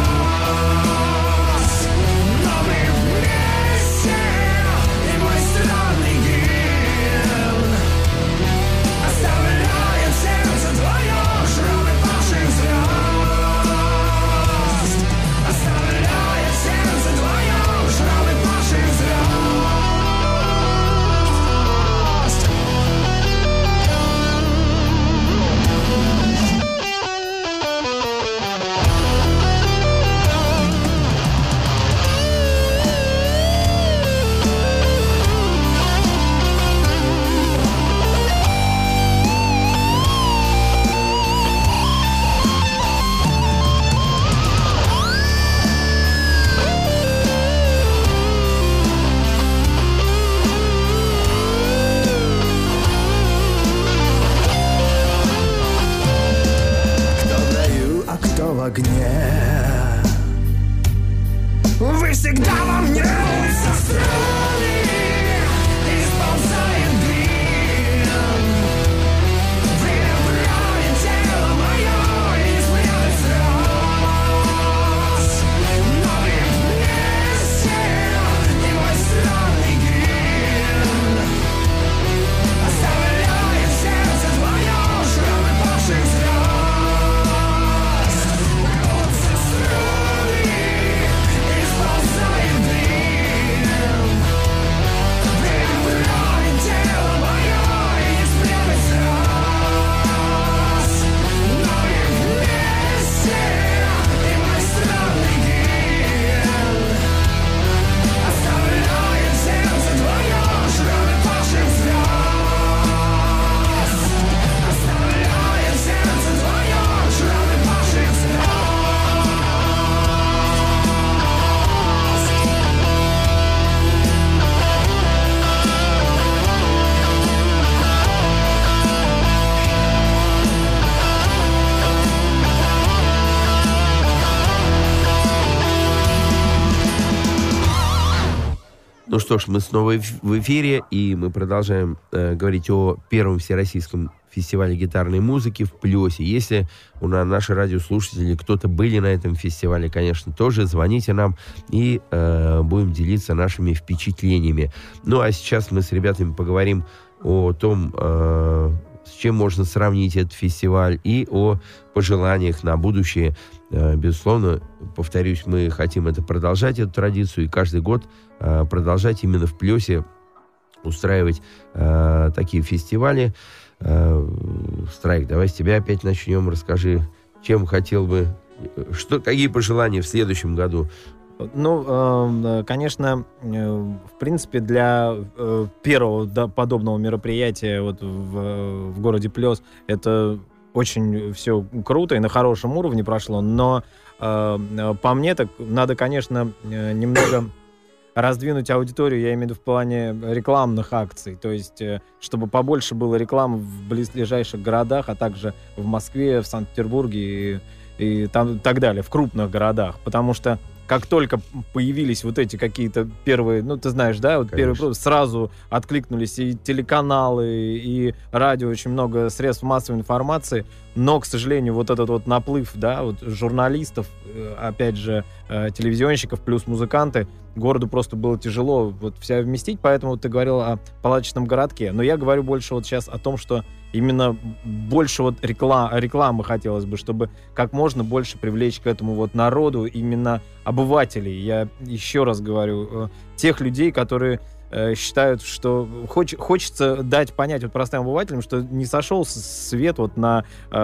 слез. Но мы вместе, и мой странный гимн оставляет сердце твое шрамы павших звезд. В огне вы всегда во мне. Со струны исползает грим. Время пролетело мое, и не спрятать слез. Но мы вместе, и мой странный гимн оставляет сердце твое шрамы павших звезд. Ну что ж, мы снова в эфире, и мы продолжаем говорить о первом всероссийском фестивале гитарной музыки в Плёсе. Если у нас наши радиослушатели, кто-то были на этом фестивале, конечно, тоже звоните нам и будем делиться нашими впечатлениями. Ну а сейчас мы с ребятами поговорим о том, с чем можно сравнить этот фестиваль, и о пожеланиях на будущее. Безусловно, повторюсь, мы хотим это продолжать, эту традицию, и каждый год продолжать именно в Плёсе устраивать такие фестивали. Страйк, давай с тебя опять начнем. Расскажи, чем хотел бы, какие пожелания в следующем году Ну, конечно, в принципе, для первого подобного мероприятия вот в городе Плёс это очень все круто и на хорошем уровне прошло, но по мне так надо, конечно, немного раздвинуть аудиторию, я имею в виду в плане рекламных акций, то есть чтобы побольше было рекламы в близлежащих городах, а также в Москве, в Санкт-Петербурге и там, так далее, в крупных городах, потому что как только появились вот эти какие-то первые, ну, ты знаешь, да, вот первые, сразу откликнулись и телеканалы, и радио, очень много средств массовой информации, но, к сожалению, вот этот вот наплыв, да, вот журналистов, опять же, телевизионщиков плюс музыканты, городу просто было тяжело вот вся вместить, поэтому вот ты говорил о палаточном городке, но я говорю больше вот сейчас о том, что именно больше вот рекламы хотелось бы, чтобы как можно больше привлечь к этому вот народу, именно обывателей. Я еще раз говорю, тех людей, которые считают, что хочется дать понять вот простым обывателям, что не сошел свет вот на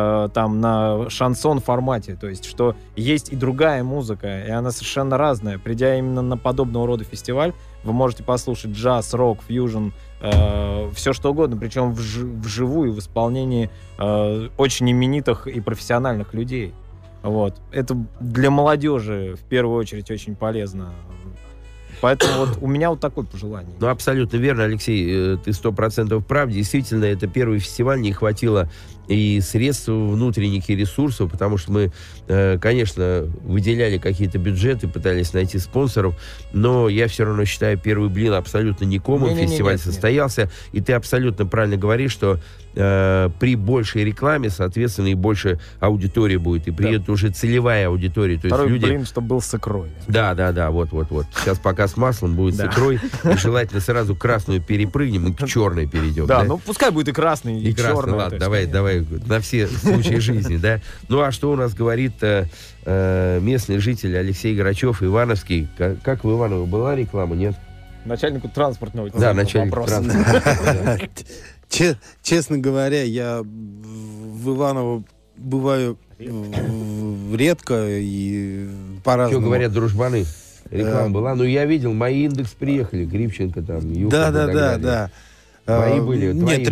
шансон формате, то есть что есть и другая музыка, и она совершенно разная. Придя именно на подобного рода фестиваль, вы можете послушать джаз, рок, фьюжн, все что угодно, причем вживую, в исполнении очень именитых и профессиональных людей. Вот. Это для молодежи в первую очередь очень полезно. Поэтому вот у меня вот такое пожелание. Ну, абсолютно верно, Алексей, ты 100% прав. Действительно, это первый фестиваль, не хватило и средств внутренних, и ресурсов, потому что мы, конечно, выделяли какие-то бюджеты, пытались найти спонсоров, но я все равно считаю, первый блин абсолютно никому. Фестиваль состоялся, и ты абсолютно правильно говоришь, что при большей рекламе, соответственно, и больше аудитории будет, и при этом уже целевая аудитория. То Второй есть люди... блин, чтобы был с икрой. Да, вот. Сейчас пока с маслом будет с икрой, и желательно сразу красную перепрыгнем и к черной перейдем. Да, ну пускай будет и красный, и черный. Ладно, давай на все случаи жизни, да. Ну, а что у нас говорит местный житель Алексей Грачев, Ивановский? Как в Иваново была реклама, нет? Начальнику транспортного. Да, начальник транспортного. Честно говоря, я в Иваново бываю редко и по-разному. Что говорят дружбаны? Реклама была. Ну, я видел, мои индекс приехали, Грибченко там, Юха. Да. Твои были? Нет,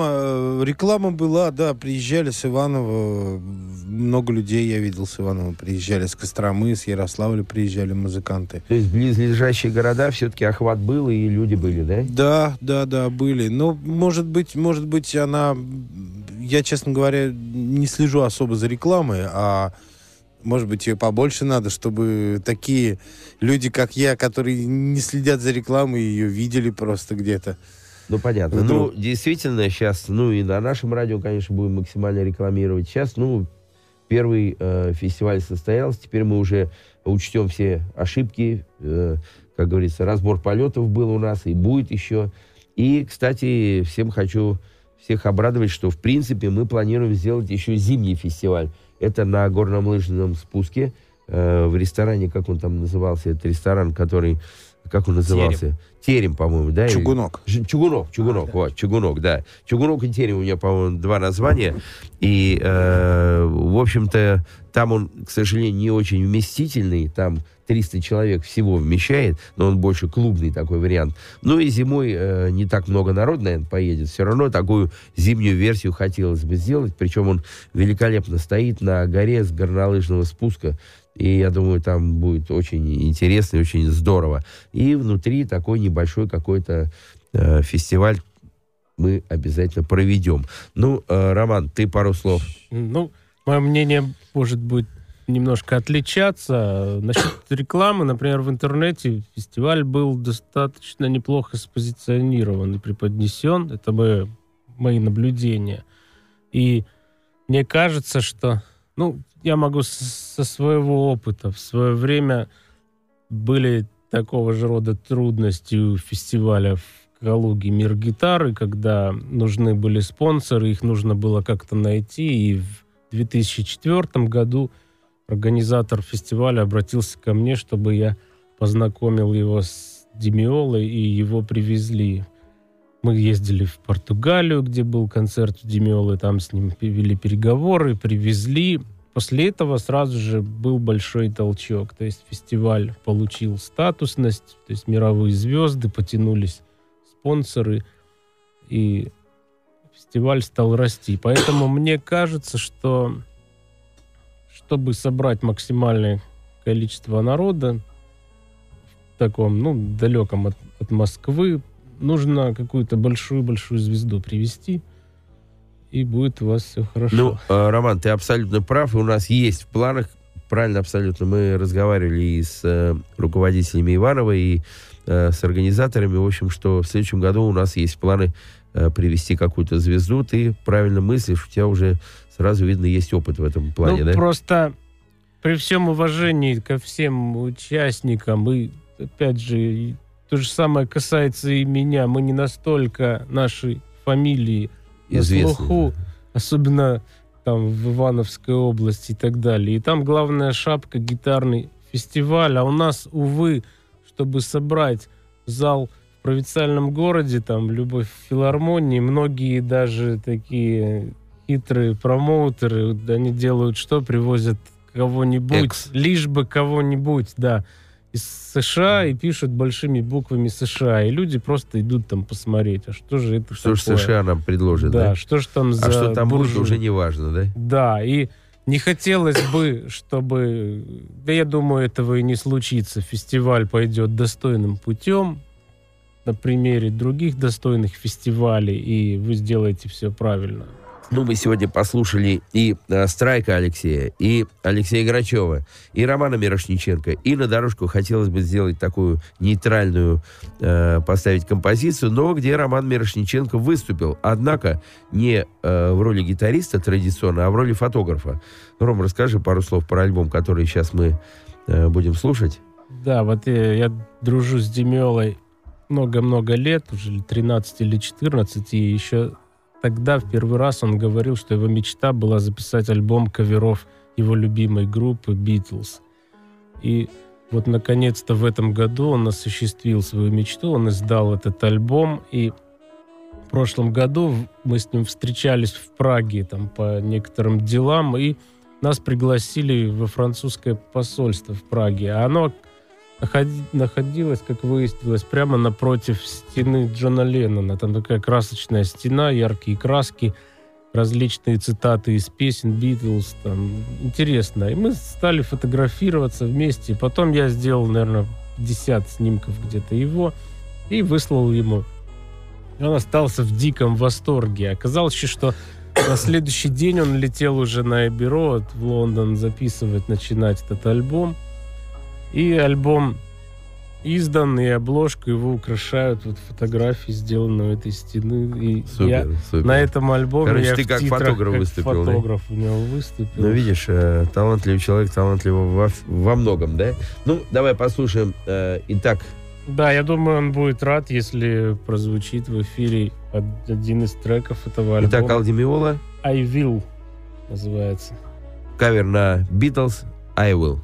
реклама была, да, приезжали с Иванова, много людей я видел с Иванова, приезжали с Костромы, с Ярославля приезжали музыканты. То есть близлежащие города все-таки охват был, и люди были, да? Да, были. Но, может быть, она... Я, честно говоря, не слежу особо за рекламой, а может быть, ее побольше надо, чтобы такие люди, как я, которые не следят за рекламой, ее видели просто где-то. Ну, понятно. Вдруг. Ну, действительно, сейчас, и на нашем радио, конечно, будем максимально рекламировать. Сейчас, первый фестиваль состоялся, теперь мы уже учтем все ошибки, как говорится, разбор полетов был у нас и будет еще. И, кстати, хочу всех обрадовать, что, в принципе, мы планируем сделать еще зимний фестиваль. Это на горном лыжном спуске в ресторане, как он там назывался, это ресторан, который... Как он назывался? Терем, по-моему, да? Чугунок. Чугунок, да. Чугунок и Терем у меня, по-моему, 2 названия. И, в общем-то, там он, к сожалению, не очень вместительный. Там 300 человек всего вмещает, но он больше клубный такой вариант. Ну и зимой не так много народу, наверное, поедет. Все равно такую зимнюю версию хотелось бы сделать. Причем он великолепно стоит на горе с горнолыжного спуска. И я думаю, там будет очень интересно и очень здорово. И внутри такой небольшой какой-то фестиваль мы обязательно проведем. Ну, Роман, ты пару слов. Ну, мое мнение может быть немножко отличаться. Насчет рекламы, например, в интернете фестиваль был достаточно неплохо спозиционирован и преподнесен. Это мои наблюдения. И мне кажется, что... я могу со своего опыта. В свое время были такого же рода трудности у фестиваля в Калуге «Мир гитары», когда нужны были спонсоры, их нужно было как-то найти. И в 2004 году организатор фестиваля обратился ко мне, чтобы я познакомил его с Ди Меолой, и его привезли. Мы ездили в Португалию, где был концерт у Ди Меолы, там с ним вели переговоры, привезли, после этого сразу же был большой толчок. То есть фестиваль получил статусность, то есть мировые звезды, потянулись спонсоры, и фестиваль стал расти. Поэтому мне кажется, что чтобы собрать максимальное количество народа в таком, далеком от Москвы, нужно какую-то большую-большую звезду привести, и будет у вас все хорошо. Роман, ты абсолютно прав. У нас есть в планах, правильно абсолютно, мы разговаривали и с руководителями Иванова, и с организаторами, в общем, что в следующем году у нас есть планы привести какую-то звезду. Ты правильно мыслишь, у тебя уже сразу видно есть опыт в этом плане, да? Просто при всем уважении ко всем участникам, и опять же, то же самое касается и меня, мы не настолько нашей фамилии на слуху, особенно там в Ивановской области и так далее. И там главная шапка — гитарный фестиваль, а у нас, увы, чтобы собрать зал в провинциальном городе, там, в любой филармонии, многие даже такие хитрые промоутеры, они делают что? Привозят кого-нибудь, лишь бы кого-нибудь, да, из США, и пишут большими буквами США, и люди просто идут там посмотреть, а что же это что такое? Что же США нам предложит, да? Что же там за что там буржуи? будет, уже не важно, да? Да, и не хотелось бы, чтобы... Да я думаю, этого и не случится. Фестиваль пойдет достойным путем, на примере других достойных фестивалей, и вы сделаете все правильно. Мы сегодня послушали и Страйка Алексея, и Алексея Грачева, и Романа Мирошниченко. И на дорожку хотелось бы сделать такую нейтральную, поставить композицию, но где Роман Мирошниченко выступил. Однако не в роли гитариста традиционно, а в роли фотографа. Ром, расскажи пару слов про альбом, который сейчас мы будем слушать. Да, вот я дружу с Демиолой много-много лет, уже 13 или 14, и еще... Тогда в первый раз он говорил, что его мечта была записать альбом каверов его любимой группы «Битлз». И вот, наконец-то, в этом году он осуществил свою мечту, он издал этот альбом, и в прошлом году мы с ним встречались в Праге там, по некоторым делам, и нас пригласили во французское посольство в Праге. А оно находилась, как выяснилось, прямо напротив стены Джона Леннона. Там такая красочная стена, яркие краски, различные цитаты из песен Битлз. Там интересно. И мы стали фотографироваться вместе. Потом я сделал, наверное, 50 снимков где-то его и выслал ему. И он остался в диком восторге. Оказалось, что на следующий день он летел уже на Эбби Роуд в Лондон записывать, начинать этот альбом. И альбом издан, и обложку его украшают вот фотографии, сделанные у этой стены. И супер. На этом альбоме короче, я ты как фотограф выступил. Фотограф у него выступил. Ну, видишь, талантливый человек, талантливый во многом, да? Давай послушаем. Итак. Да, я думаю, он будет рад, если прозвучит в эфире один из треков этого альбома. Итак, Ал Ди Меола. I Will называется. Кавер на Beatles I Will.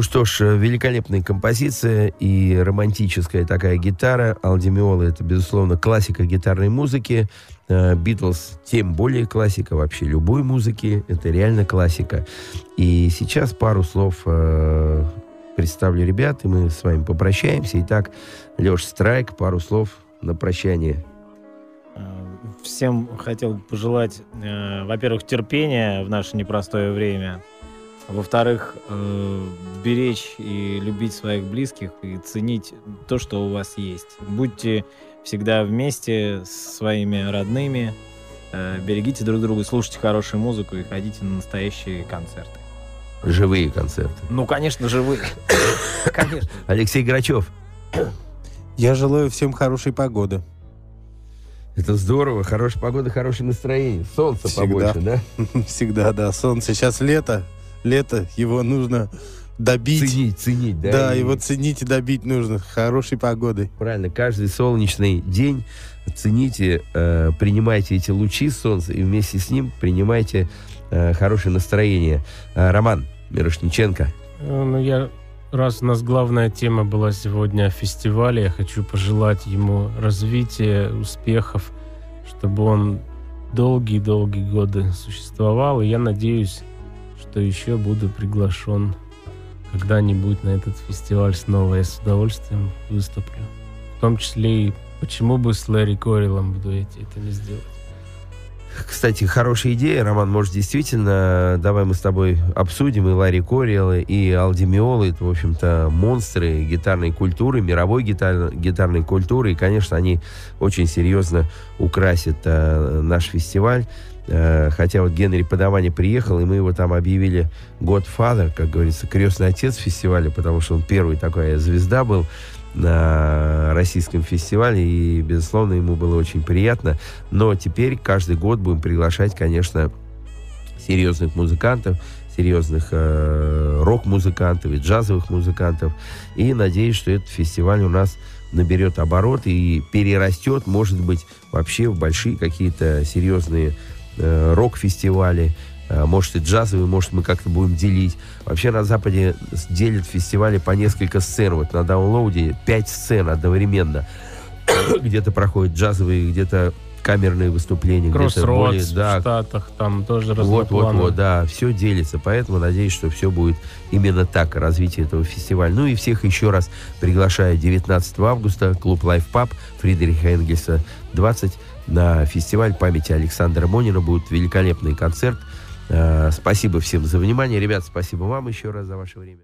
что ж, великолепная композиция и романтическая такая гитара. Ал Ди Меоло — это, безусловно, классика гитарной музыки. Битлз тем более классика вообще любой музыки. Это реально классика. И сейчас пару слов представлю ребят, и мы с вами попрощаемся. Итак, Леш Страйк, пару слов на прощание. Всем хотел пожелать, во-первых, терпения в наше непростое время. Во-вторых, беречь и любить своих близких и ценить то, что у вас есть. Будьте всегда вместе с своими родными, берегите друг друга, слушайте хорошую музыку и ходите на настоящие концерты. Живые концерты. Ну, конечно, живые. Конечно. Алексей Грачев. Я желаю всем хорошей погоды. Это здорово. Хорошая погода, хорошее настроение. Солнце Всегда. Побольше, да? Всегда, да. Солнце. Сейчас лето. Лето. Его нужно добить. Ценить, да? Да, его ценить и добить нужно. Хорошей погодой. Правильно. Каждый солнечный день цените, принимайте эти лучи солнца и вместе с ним принимайте хорошее настроение. Роман Мирошниченко. Раз у нас главная тема была сегодня о фестивале, я хочу пожелать ему развития, успехов, чтобы он долгие-долгие годы существовал. И я надеюсь, что еще буду приглашен когда-нибудь на этот фестиваль снова. Я с удовольствием выступлю. В том числе и почему бы с Ларри Корриллом в дуэте это не сделать. Кстати, хорошая идея, Роман, может, действительно, давай мы с тобой обсудим и Ларри Коррилла, и Ал Ди Меоло. Это, в общем-то, монстры гитарной культуры, мировой гитарной культуры, и, конечно, они очень серьезно украсят наш фестиваль. Хотя вот Генри Падавани приехал, и мы его там объявили Godfather, как говорится, крестный отец фестиваля, потому что он первый такая звезда был на российском фестивале, и, безусловно, ему было очень приятно. Но теперь каждый год будем приглашать, конечно, серьезных музыкантов, серьезных рок-музыкантов и джазовых музыкантов. И надеюсь, что этот фестиваль у нас наберет оборот и перерастет, может быть, вообще в большие какие-то серьезные рок-фестивали. Может и джазовый, может мы как-то будем делить. Вообще на Западе делят фестивали по несколько сцен. Вот на Даунлоуде 5 сцен одновременно. Где-то проходят джазовые, где-то камерные выступления. Кроссродс в Штатах, там тоже разноплановые. Вот, да, все делится. Поэтому надеюсь, что все будет именно так, развитие этого фестиваля. Ну и всех еще раз приглашаю 19 августа, клуб Life Pub Фридриха Энгельса 20 на фестиваль памяти Александра Монина. Будет великолепный концерт. Спасибо всем за внимание. Ребят, спасибо вам еще раз за ваше время.